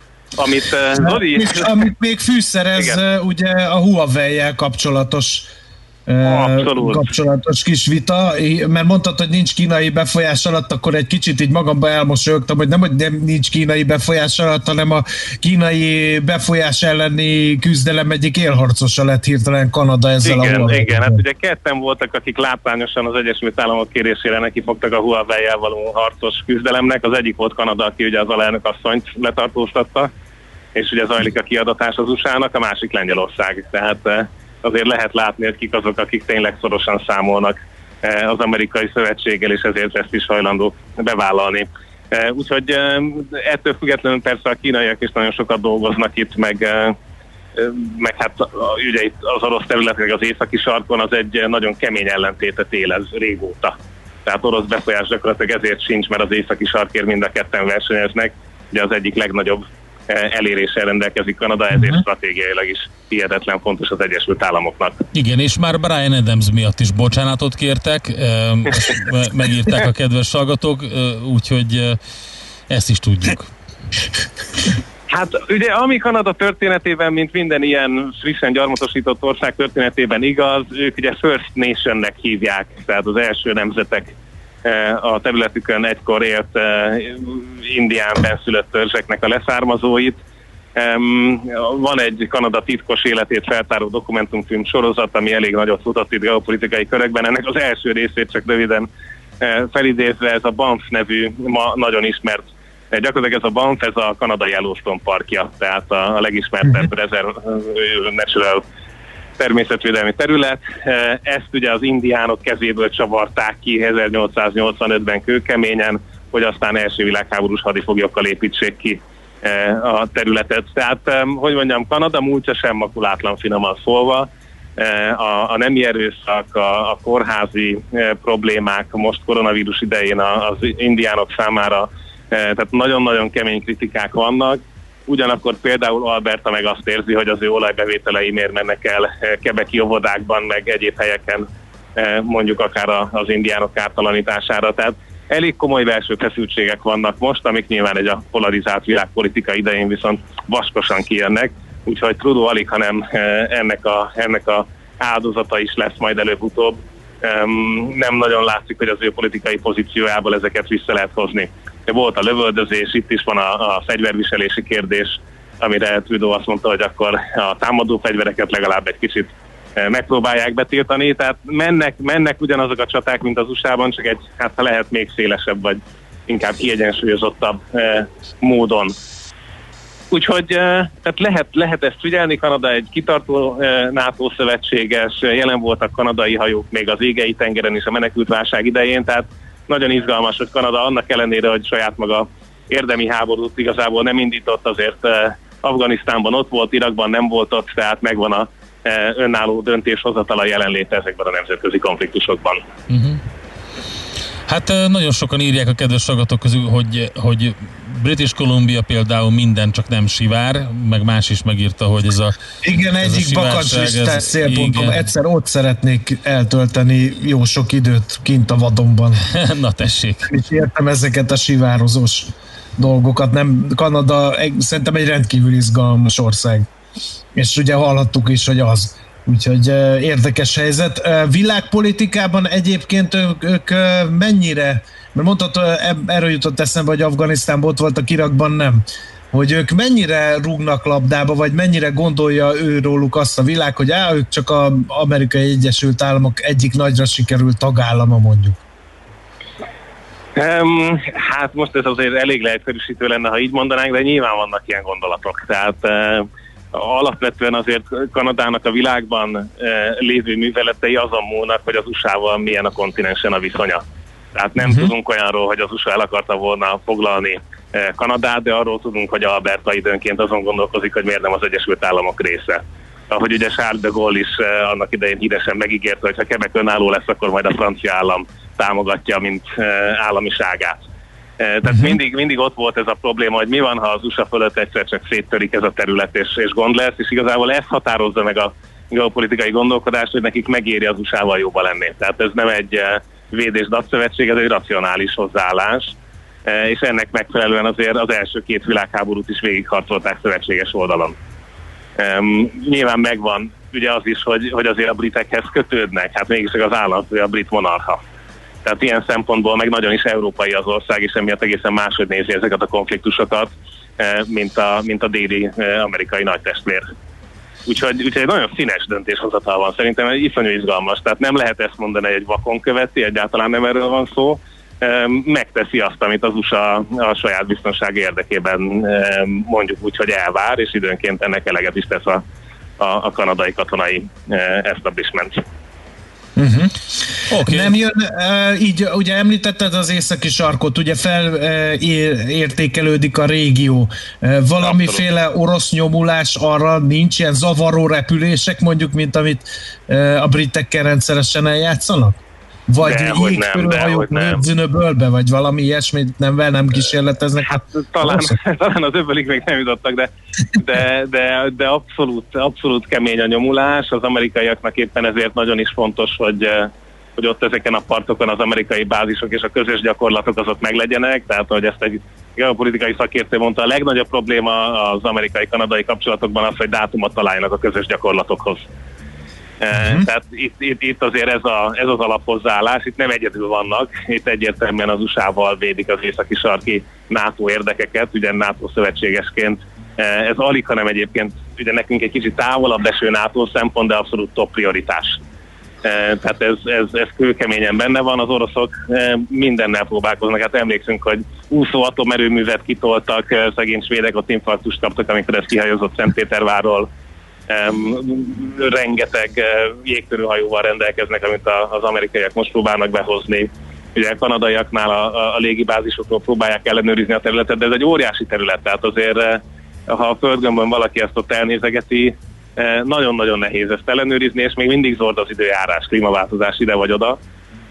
Amit még fűszerez, igen, ugye a Huawei-jel kapcsolatos kis vita, mert mondtad, hogy nincs kínai befolyás alatt, akkor egy kicsit így magamba elmosolyogtam, hogy nem nincs kínai befolyás alatt, hanem a kínai befolyás elleni küzdelem egyik élharcosa lett hirtelen Kanada ezzel a Huawei-vel. Igen, hát ugye ketten voltak, akik látványosan az Egyesült Államok kérésére nekifogtak a Huawei-jel való harcos küzdelemnek. Az egyik volt Kanada, aki ugye az alelnök asszonyt letartóztatta, és ugye zajlik a kiadatás az USA-nak, a másik Lengyelország. Tehát azért lehet látni, hogy kik azok, akik tényleg szorosan számolnak az amerikai szövetséggel, és ezért ezt is hajlandók bevállalni. Úgyhogy ettől függetlenül persze a kínaiak is nagyon sokat dolgoznak itt, meg hát ugye itt az orosz területek az északi sarkon az egy nagyon kemény ellentétet élez régóta. Tehát orosz befolyás gyakorlatilag ezért sincs, mert az északi sarkért mind a ketten versenyeznek. Ugye az egyik legnagyobb eléréssel rendelkezik Kanada, ezért stratégiailag is hihetetlen fontos az Egyesült Államoknak. Igen, és már Brian Adams miatt is bocsánatot kértek, megírták a kedves hallgatók, úgyhogy ezt is tudjuk. Hát ugye ami Kanada történetében, mint minden ilyen frissen gyarmatosított ország történetében igaz, ők ugye First Nationnek hívják, tehát az első nemzetek a területükön egykor élt indián benszülött törzseknek a leszármazóit. Van egy Kanada titkos életét feltáró dokumentumfilm sorozat, ami elég nagyot futott itt geopolitikai körökben. Ennek az első részét csak röviden felidézve, ez a Banff nevű, ma nagyon ismert, gyakorlatilag ez a Banff, ez a kanadai Yellowstone parkja, tehát a legismertebb natural természetvédelmi terület. Ezt ugye az indiánok kezéből csavarták ki 1885-ben kőkeményen, hogy aztán első világháborús hadifoglyokkal építsék ki a területet. Tehát, hogy mondjam, Kanada múltja sem makulátlan, finoman szólva. A nemi erőszak, a kórházi problémák most koronavírus idején az indiánok számára, tehát nagyon-nagyon kemény kritikák vannak, ugyanakkor például Alberta meg azt érzi, hogy az ő olajbevételei miért mennek el quebeci óvodákban, meg egyéb helyeken, mondjuk akár az indiánok kártalanítására. Tehát elég komoly belső feszültségek vannak most, amik nyilván egy a polarizált világpolitika idején viszont vaskosan kijönnek, úgyhogy Trudeau alig, hanem ennek a áldozata is lesz majd előbb-utóbb. Nem nagyon látszik, hogy az ő politikai pozíciójából ezeket vissza lehet hozni. Volt a lövöldözés, itt is van a fegyverviselési kérdés, amire Trudeau azt mondta, hogy akkor a támadó fegyvereket legalább egy kicsit megpróbálják betiltani, tehát mennek ugyanazok a csaták, mint az USA-ban, csak egy, hát ha lehet még szélesebb, vagy inkább kiegyensúlyozottabb módon. Úgyhogy tehát lehet ezt figyelni, Kanada egy kitartó NATO szövetséges, jelen voltak kanadai hajók még az Égei tengeren is a menekültválság idején, tehát nagyon izgalmas, hogy Kanada annak ellenére, hogy saját maga érdemi háborút igazából nem indított, azért Afganisztánban ott volt, Irakban nem volt ott, tehát megvan a önálló döntéshozatala jelenléte ezekben a nemzetközi konfliktusokban. Hát nagyon sokan írják a kedves hallgatók közül, hogy British Columbia például minden, csak nem sivár, meg más is megírta, hogy ez a igen, ez egyik bakancslistás célpontom, egyszer ott szeretnék eltölteni jó sok időt kint a vadonban. Na tessék. És értem ezeket a sivározós dolgokat, nem, Kanada szerintem egy rendkívül izgalmas ország. És ugye hallhattuk is, hogy az. Úgyhogy érdekes helyzet. Világpolitikában egyébként ők mennyire, mert mondtad, erről jutott eszembe, hogy Afganisztánban ott voltak, Irakban nem, hogy ők mennyire rúgnak labdába, vagy mennyire gondolja őróluk azt a világ, hogy ők csak az Amerikai Egyesült Államok egyik nagyra sikerült tagállama, mondjuk. Hát most ez azért elég leegyszerűsítő lenne, ha így mondanánk, de nyilván vannak ilyen gondolatok. Tehát alapvetően azért Kanadának a világban lévő műveletei azon múlnak, hogy az USA-val milyen a kontinensen a viszonya. Tehát nem tudunk olyanról, hogy az USA el akarta volna foglalni Kanadát, de arról tudunk, hogy Alberta időnként azon gondolkozik, hogy miért nem az Egyesült Államok része. Ahogy ugye Charles de Gaulle is annak idején híresen megígérte, hogy ha Quebec önálló lesz, akkor majd a francia állam támogatja, mint államiságát. Tehát mindig ott volt ez a probléma, hogy mi van, ha az USA fölött egyszer csak széttörik ez a terület, és gond lesz, és igazából ez határozza meg a geopolitikai gondolkodást, hogy nekik megéri az USA-val jóba lenni. Tehát ez nem egy védés-datszövetség, ez egy racionális hozzáállás, és ennek megfelelően azért az első két világháborút is végigharcolták szövetséges oldalon. Nyilván megvan ugye az is, hogy azért a britekhez kötődnek, hát mégiscsak az államfő a brit monarcha. Tehát ilyen szempontból meg nagyon is európai az ország, és emiatt egészen máshogy nézi ezeket a konfliktusokat, mint a déli amerikai nagytestvér. Úgyhogy egy nagyon színes döntéshozatal van. Szerintem egy iszonyú izgalmas. Tehát nem lehet ezt mondani, hogy vakon követi, egyáltalán nem erről van szó. Megteszi azt, amit az USA a saját biztonság érdekében mondjuk úgy, hogy elvár, és időnként ennek eleget is tesz a kanadai katonai establishment. Okay. Nem jön, így ugye említetted az északi sarkot, ugye felértékelődik a régió. Valamiféle orosz nyomulás arra nincs, ilyen zavaró repülések mondjuk, mint amit a britekkel rendszeresen eljátszanak? Vagy így körülhajók Zünöbölbe, vagy valami ilyesmit nem kísérleteznek? Hát talán az öbölig még nem jutottak, de abszolút kemény a nyomulás. Az amerikaiaknak éppen ezért nagyon is fontos, hogy ott ezeken a partokon az amerikai bázisok és a közös gyakorlatok azok meglegyenek. Tehát, hogy ezt egy geopolitikai szakértő mondta, a legnagyobb probléma az amerikai-kanadai kapcsolatokban az, hogy dátumot találjanak a közös gyakorlatokhoz. Tehát itt azért ez az alaphozzáállás, itt nem egyedül vannak, itt egyértelműen az USA-val védik az északi sarki NATO érdekeket, ugye NATO szövetségesként. Ez alig, hanem egyébként ugye nekünk egy kicsit távolabb eső NATO szempont, de abszolút top prioritás. Tehát ez kőkeményen benne van, az oroszok mindennel próbálkoznak. Hát emlékszünk, hogy úszó atomerőművet kitoltak, szegény svédek ott infarktust kaptak, amikor ez kihajózott Szentpétervárról. Rengeteg jégtörőhajóval rendelkeznek, amit az amerikaiak most próbálnak behozni. Ugye a kanadaiaknál a légibázisokról próbálják ellenőrizni a területet, de ez egy óriási terület, tehát azért ha a földgömbön valaki ezt ott elnézegeti, nagyon-nagyon nehéz ezt ellenőrizni, és még mindig zord az időjárás, klímaváltozás ide vagy oda.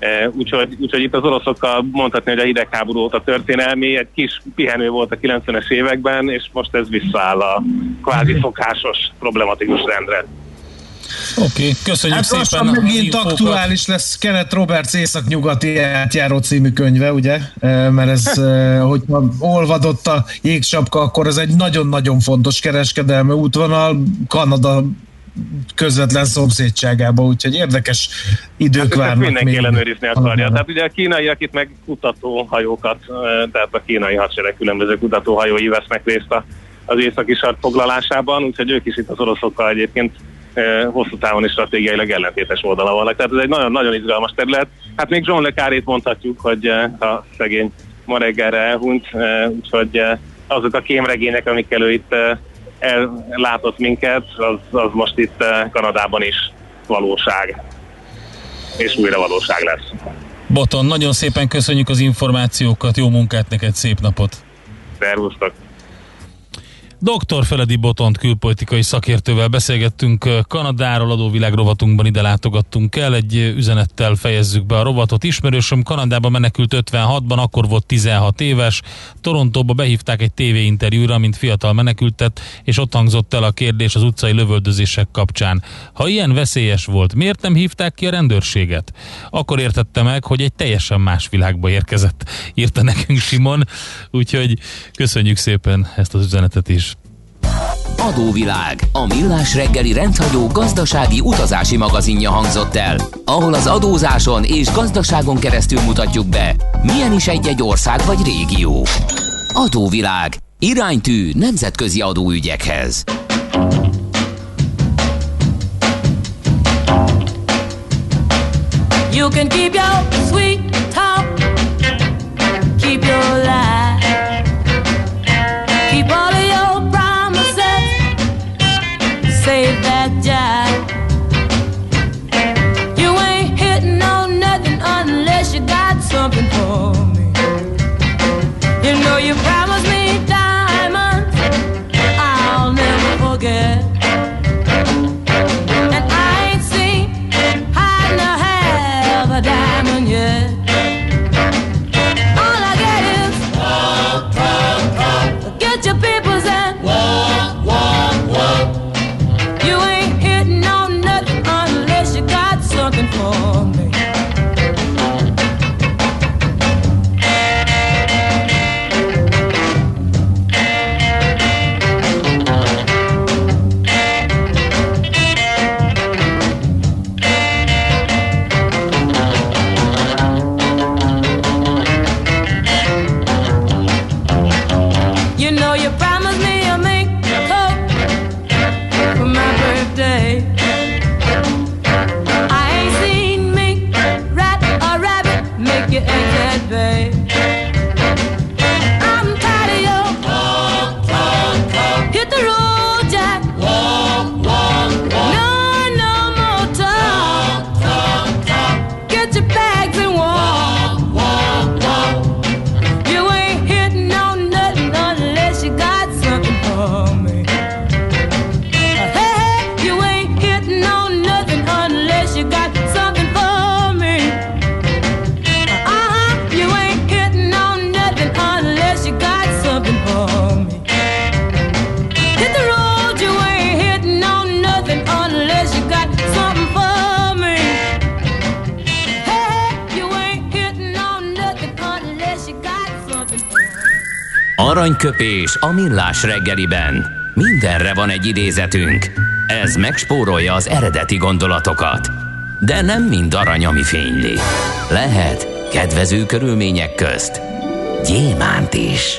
Úgyhogy itt az oroszokkal mondhatni, hogy a hidegháború óta történelmi, egy kis pihenő volt a 90-es években, és most ez visszaáll a kvázi szokásos, problematikus rendre. Oké, köszönjük szépen. Megint aktuális lesz Kenneth Roberts Északnyugati átjáró című könyve, ugye? Mert ez, hogyha olvadott a jégsapka, akkor ez egy nagyon-nagyon fontos kereskedelmi útvonal Kanada közvetlen szomszédságában, úgyhogy érdekes idők várnak még. Mindenki ellenőrizni akarja. Tehát ugye a kínaiak itt meg kutatóhajókat, tehát a kínai hadsereg különböző kutatóhajói vesznek részt az északi sark foglalásában, úgyhogy ők is itt az oroszokkal egyébként hosszú távon is stratégiailag ellentétes oldala vannak. Tehát ez egy nagyon-nagyon izgalmas terület. Hát még John le Carrét mondhatjuk, hogy a szegény ma reggelre elhunyt, úgyhogy azok a kémregények, amikkel ő itt ellátott minket, az most itt Kanadában is valóság. És újra valóság lesz. Boton, nagyon szépen köszönjük az információkat, jó munkát neked, szép napot! Szervusztok! Dr. Feledi Botont külpolitikai szakértővel beszélgettünk Kanadáról, adóvilág rovatunkban ide látogattunk el, egy üzenettel fejezzük be a rovatot. Ismerősöm Kanadába menekült 56-ban, akkor volt 16 éves, Torontóba behívták egy tévéinterjúra, mint fiatal menekültet, és ott hangzott el a kérdés az utcai lövöldözések kapcsán. Ha ilyen veszélyes volt, miért nem hívták ki a rendőrséget? Akkor értette meg, hogy egy teljesen más világba érkezett, írta nekünk Simon, úgyhogy köszönjük szépen ezt az üzenetet is. Adóvilág, a millás reggeli rendhagyó gazdasági utazási magazinja hangzott el, ahol az adózáson és gazdaságon keresztül mutatjuk be, milyen is egy-egy ország vagy régió. Adóvilág, iránytű nemzetközi adóügyekhez. You can keep your sweet talk, keep your lie, keep all of your promises, save that jive. You ain't hitting on nothing unless you got something for me. You know you promised me diamonds, I'll never forget. And I ain't seen hide nor have a diamond yet. All I get is walk, talk, talk. Get your peoples and walk, walk, walk. You ain't hitting on nothing unless you got something for me. You know you promised me a mink coat for my birthday. I ain't seen mink, rat or rabbit make you egg that babe. I'm tired of your walk, talk, talk. Hit the road, Jack. Walk, walk, walk. No more talk. Talk, talk, talk. Get your bags and walk, walk, walk. You ain't hitting on nothing unless you got something for me. Hey, you ain't hitting on nothing unless you got something for me. You ain't hitting on nothing unless you got something for me. Hit the road, you ain't hitting on nothing unless you got something for me. Hey, you ain't hitting on nothing unless you got something for me. Aranyköpés a millás reggeliben. Mindenre van egy idézetünk. Ez megspórolja az eredeti gondolatokat. De nem mind arany, ami fényli. Lehet kedvező körülmények közt gyémánt is.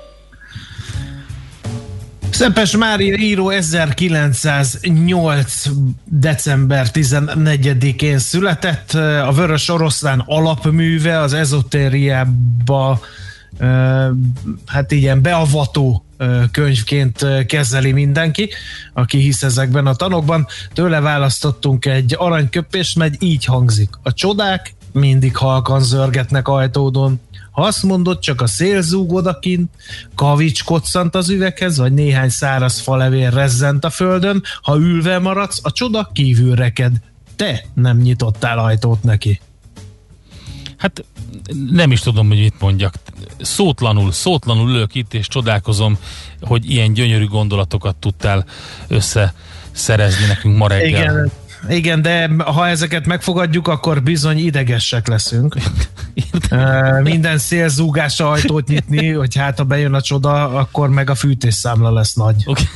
Szepes Mária író 1908. december 14-én született. A Vörös Oroszlán alapműve az ezotériába hát ilyen beavató könyvként kezeli mindenki, aki hisz ezekben a tanokban. Tőle választottunk egy aranyköpést, mert így hangzik. A csodák mindig halkan zörgetnek ajtódon. Ha azt mondod, csak a szél zúg odakint, kavics koccant az üveghez, vagy néhány száraz falevél rezzent a földön, ha ülve maradsz, a csoda kívül reked. Te nem nyitottál ajtót neki. Hát nem is tudom, hogy mit mondjak. Szótlanul ülök itt, és csodálkozom, hogy ilyen gyönyörű gondolatokat tudtál összeszerezni nekünk ma reggel. Igen, de ha ezeket megfogadjuk, akkor bizony idegesek leszünk. Minden szélzúgásra ajtót nyitni, hogy hát ha bejön a csoda, akkor meg a fűtésszámla lesz nagy. Okay.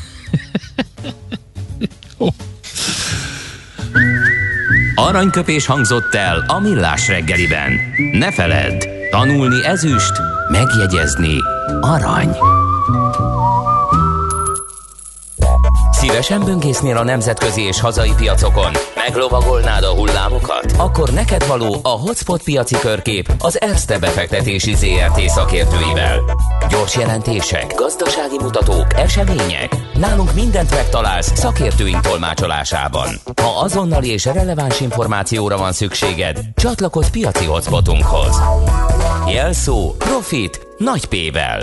Aranyköpés hangzott el a Millás reggeliben. Ne feledd, tanulni ezüst, megjegyezni arany. Szívesen böngésznél a nemzetközi és hazai piacokon? Meglovagolnád a hullámokat? Akkor neked való a Hotspot piaci körkép az Erste befektetési ZRT szakértőivel. Gyors jelentések, gazdasági mutatók, események. Nálunk mindent megtalálsz szakértőink tolmácsolásában. Ha azonnali és releváns információra van szükséged, csatlakozz piaci hotspotunkhoz. Jelszó Profit nagy P-vel.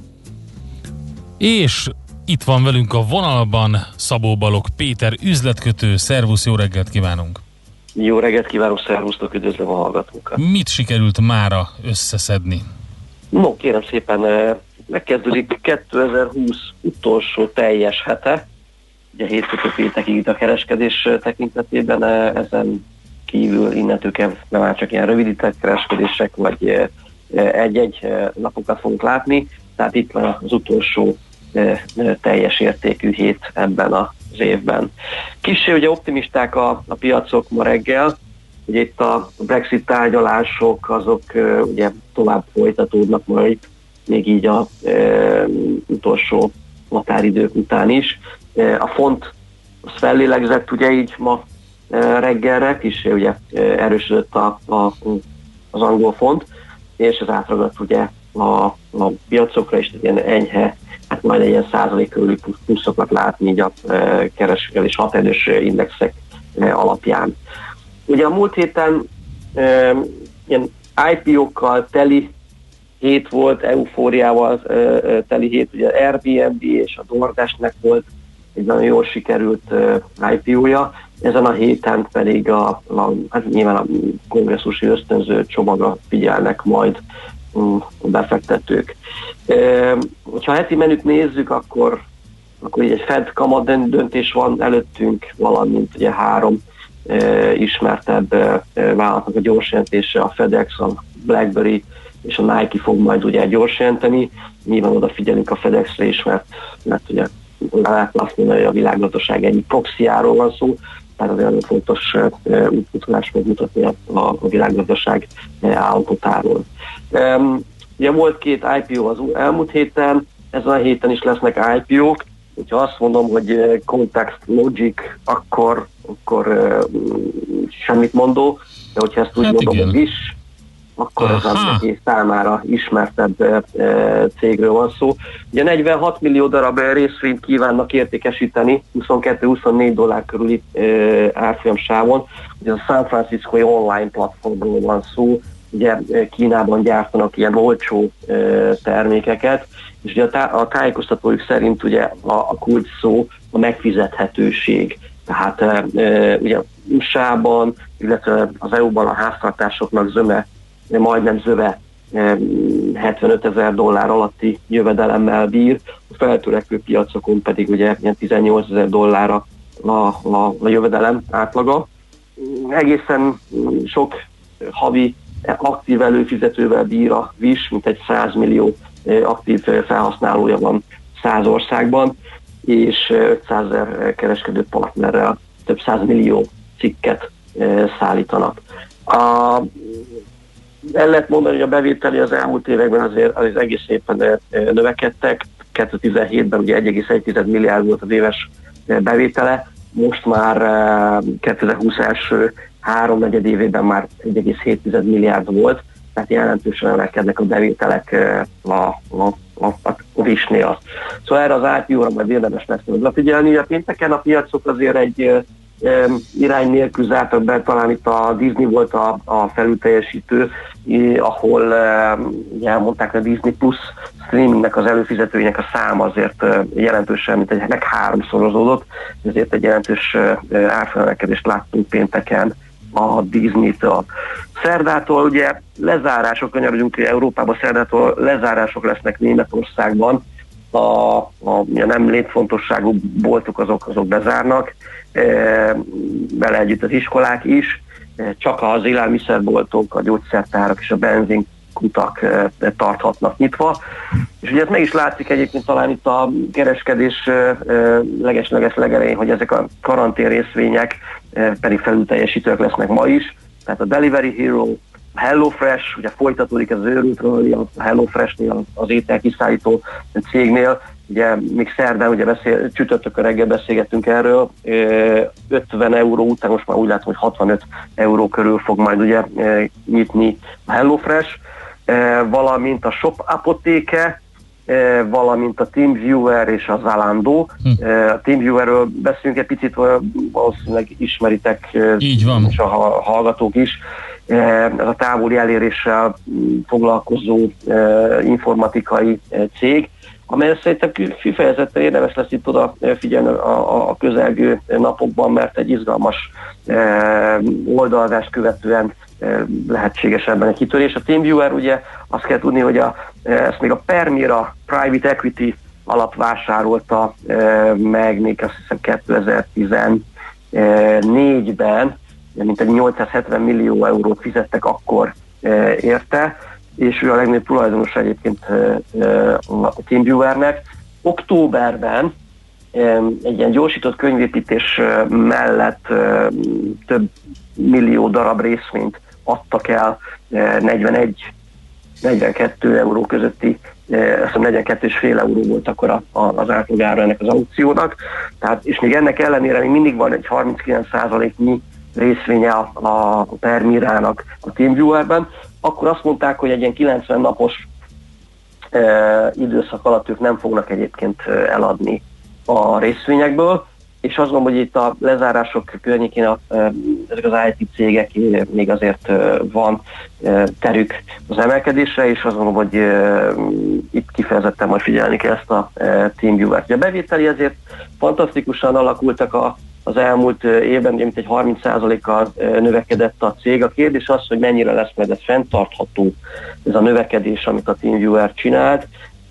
És itt van velünk a vonalban Szabó Balogh Péter, üzletkötő. Szervusz, jó reggelt kívánunk! Jó reggelt kívánok, szervusztok, üdvözlöm a hallgatókat! Mit sikerült mára összeszedni? No, kérem szépen, megkezdődik 2020 utolsó teljes hete, ugye hétfőtől péntekig itt a kereskedés tekintetében, ezen kívül innentől kezdve már csak ilyen rövidített kereskedések, vagy egy-egy napokat fogunk látni, tehát itt van az utolsó teljes értékű hét ebben az évben. Kissé ugye optimisták a piacok ma reggel, ugye itt a Brexit tárgyalások azok ugye tovább folytatódnak majd, még így a utolsó határidők után is. A font az fellélegzett ugye így ma reggelre, kissé ugye erősödött az angol font, és ez átragadt ugye a piacokra is ilyen enyhe, hát majd egy ilyen százalék körüli pluszokat látni így a kereskedés határidős indexek alapján. Ugye a múlt héten ilyen IPO-kkal teli hét volt, eufóriával teli hét, ugye Airbnb és a DoorDash-nek volt egy nagyon jól sikerült IPO-ja, ezen a héten pedig hát nyilván a kongresszusi ösztönző csomagra figyelnek majd a befektetők. Ha heti menüt nézzük, akkor így egy Fed kamat döntés van előttünk, valamint ugye 3 ismertebb vállalatnak a gyors jelentése, a FedEx, a BlackBerry és a Nike fog majd ugye gyors jelenteni. Nyilván odafigyelünk a FedExre is, mert ugye lehet azt mondani, hogy a világgazdaság egyik proxyáról van szó, tehát azért nagyon fontos útmutatást megmutatni a világgazdaság állapotáról. Ugye volt 2 IPO az elmúlt héten, ezen a héten is lesznek IPO-k, hogyha azt mondom, hogy Context Logic, akkor semmit mondó, de hogyha ezt úgy mondom, hogy is, akkor az neki számára ismertebb cégről van szó. Ugye 46 millió darab részvényt kívánnak értékesíteni, $22-24 körüli árfolyamsávon. Ugye a San Francisco-i online platformról van szó, ugye Kínában gyártanak ilyen olcsó termékeket, és ugye a tájékoztatójuk szerint ugye a kulcs szó a megfizethetőség. Tehát ugye USA-ban, illetve az EU-ban a háztartásoknak majdnem zöme $75,000 alatti jövedelemmel bír, a feltörekvő piacokon pedig ugye ilyen $18,000 a jövedelem átlaga. Egészen sok havi aktív előfizetővel bír a VIS, mint egy 100 millió aktív felhasználója van 100 országban, és 500,000 kereskedő partnerrel több 100 millió cikket szállítanak. El lehet mondani, hogy a bevételi az elmúlt években azért egész szépen növekedtek. 2017-ben ugye 1,1 milliárd volt az éves bevétele, most már 2020 első 3/4 évében már 1,7 milliárd volt, tehát jelentősen emelkednek a bevételek a VIS-nél. Szóval erre az IPO-ra majd érdemes lesz odafigyelni. A pénteken a piacok azért egy irány nélkül zártak be, talán itt a Disney volt a felülteljesítő, ahol elmondták, hogy a Disney Plus streamingnek az előfizetőinek a száma azért jelentősen, mint egy 3-szorozódott, ezért egy jelentős árfolyam emelkedést láttunk pénteken a Disney-től. Szerdától ugye lezárások, kanyarodjunk Európában, szerdától lezárások lesznek Németországban, a nem létfontosságú boltok azok bezárnak, bele együtt az iskolák is, csak az élelmiszerboltok, a gyógyszertárak és a benzinkutak tarthatnak nyitva. És ugye ez meg is látszik egyébként talán itt a kereskedés leges legelején, hogy ezek a karantén részvények pedig felülteljesítőek lesznek ma is. Tehát a Delivery Hero, a HelloFresh, ugye folytatódik ez az őrültről, a HelloFreshnél, az ételkiszállító cégnél, ugye még szerdán, ugye csütörtökön reggel beszélgettünk erről, 50 euró után most már úgy látom, hogy 65 euró körül fog majd ugye nyitni a HelloFresh, valamint a Shop Apotheke, valamint a TeamViewer és a Zalando. A TeamViewerről beszélünk egy picit, valószínűleg ismeritek, így van, és a hallgatók is. Ez a távoli eléréssel foglalkozó informatikai cég, amely szerintem kifejezetten érdemes lesz itt oda figyelni a közelgő napokban, mert egy izgalmas oldalazást követően lehetséges ebben egy kitörés. A TeamViewer, ugye azt kell tudni, hogy ezt még a Permira Private Equity alap vásárolta meg még azt hiszem 2014-ben, mint egy 870 millió eurót fizettek akkor érte, és ő a legnagyobb tulajdonos egyébként a TeamViewernek. Októberben egy ilyen gyorsított könyvépítés mellett több millió darab részvényt adtak el 41-42 euró közötti, azt hiszem 42,5 euró volt akkor az átlagára ennek az aukciónak. Tehát, és még ennek ellenére még mindig van egy 39%-nyi részvénye a Permirának a TeamViewerben. Akkor azt mondták, hogy egy ilyen 90 napos időszak alatt ők nem fognak egyébként eladni a részvényekből, és azt gondolom, hogy itt a lezárások környékén ezek az IT cégek még azért van terük az emelkedésre, és azt gondolom, hogy itt kifejezetten majd figyelni kell ezt a TeamViewer-t. A bevételi azért fantasztikusan alakultak az elmúlt évben, mint egy 30%-kal növekedett a cég. A kérdés az, hogy mennyire lesz majd ez fenntartható, ez a növekedés, amit a TeamViewer csinált.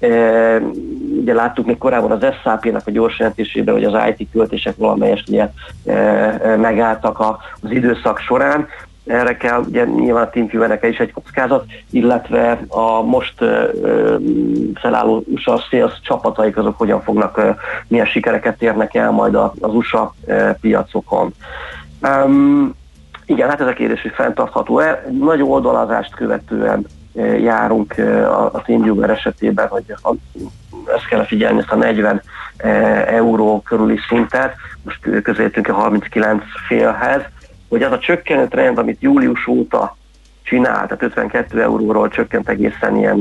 Ugye láttuk még korábban az SAP-nak a gyors jelentésében, hogy az IT költések valamelyest ugye megálltak az időszak során. Erre kell ugye nyilván a TeamViewernek is egy kockázat, illetve a most felálló USA sales csapataik azok hogyan fognak, milyen sikereket érnek el majd az USA piacokon. Igen, hát ez a kérdés, hogy fenntartható-e. Nagy oldalazást követően járunk a TeamViewer esetében, hogy ezt kell figyelni, ezt a 40 euró körüli szintet, most közelítünk a 39,5-hez, hogy az a csökkenő trend, amit július óta csinál, tehát 52 euróról csökkent egészen ilyen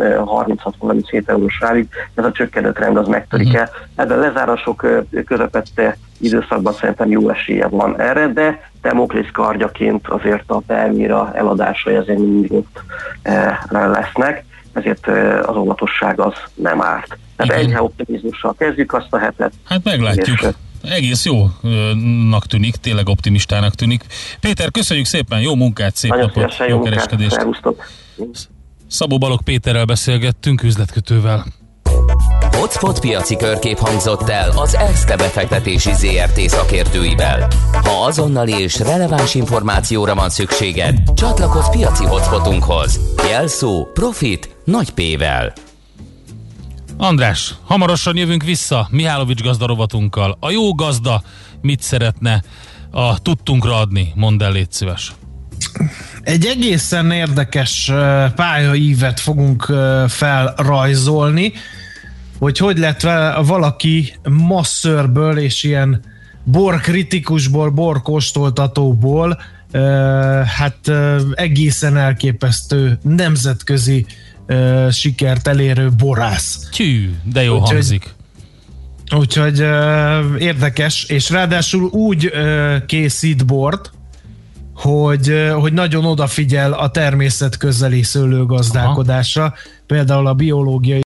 36-37 eurós rálig, ez a csökkenő trend az megtörik-e. Ebben lezárások közepette időszakban szerintem jó esélye van erre, de Damoklész kardjaként azért a Permira eladásai azért mindig ott lesznek, ezért az óvatosság az nem árt. Tehát enyhe optimizmussal kezdjük azt a hetet. Hát meglátjuk. Egész jónak tűnik, tényleg optimistának tűnik. Péter, köszönjük szépen, jó munkát, szép nagyon napot, jó kereskedést. Szabó Balogh Péterrel beszélgettünk, üzletkötővel. Hotspot piaci körkép hangzott el az Erste befektetési ZRT szakértőivel. Ha azonnali és releváns információra van szükséged, csatlakozz piaci hotspotunkhoz. Jelszó Profit nagy P-vel. András, hamarosan jövünk vissza Mihálovics gazda rovatunkkal. A jó gazda mit szeretne a tudtunkra adni? Mondd el, légy szíves. Egy egészen érdekes pályaívet fogunk felrajzolni, hogy lett valaki masszörből és ilyen borkritikusból, borkóstoltatóból egészen elképesztő nemzetközi sikert elérő borász. De jó hangzik. Úgyhogy érdekes, és ráadásul úgy készít bort, hogy nagyon odafigyel a természet közeli szőlőgazdálkodásra. Például a biológiai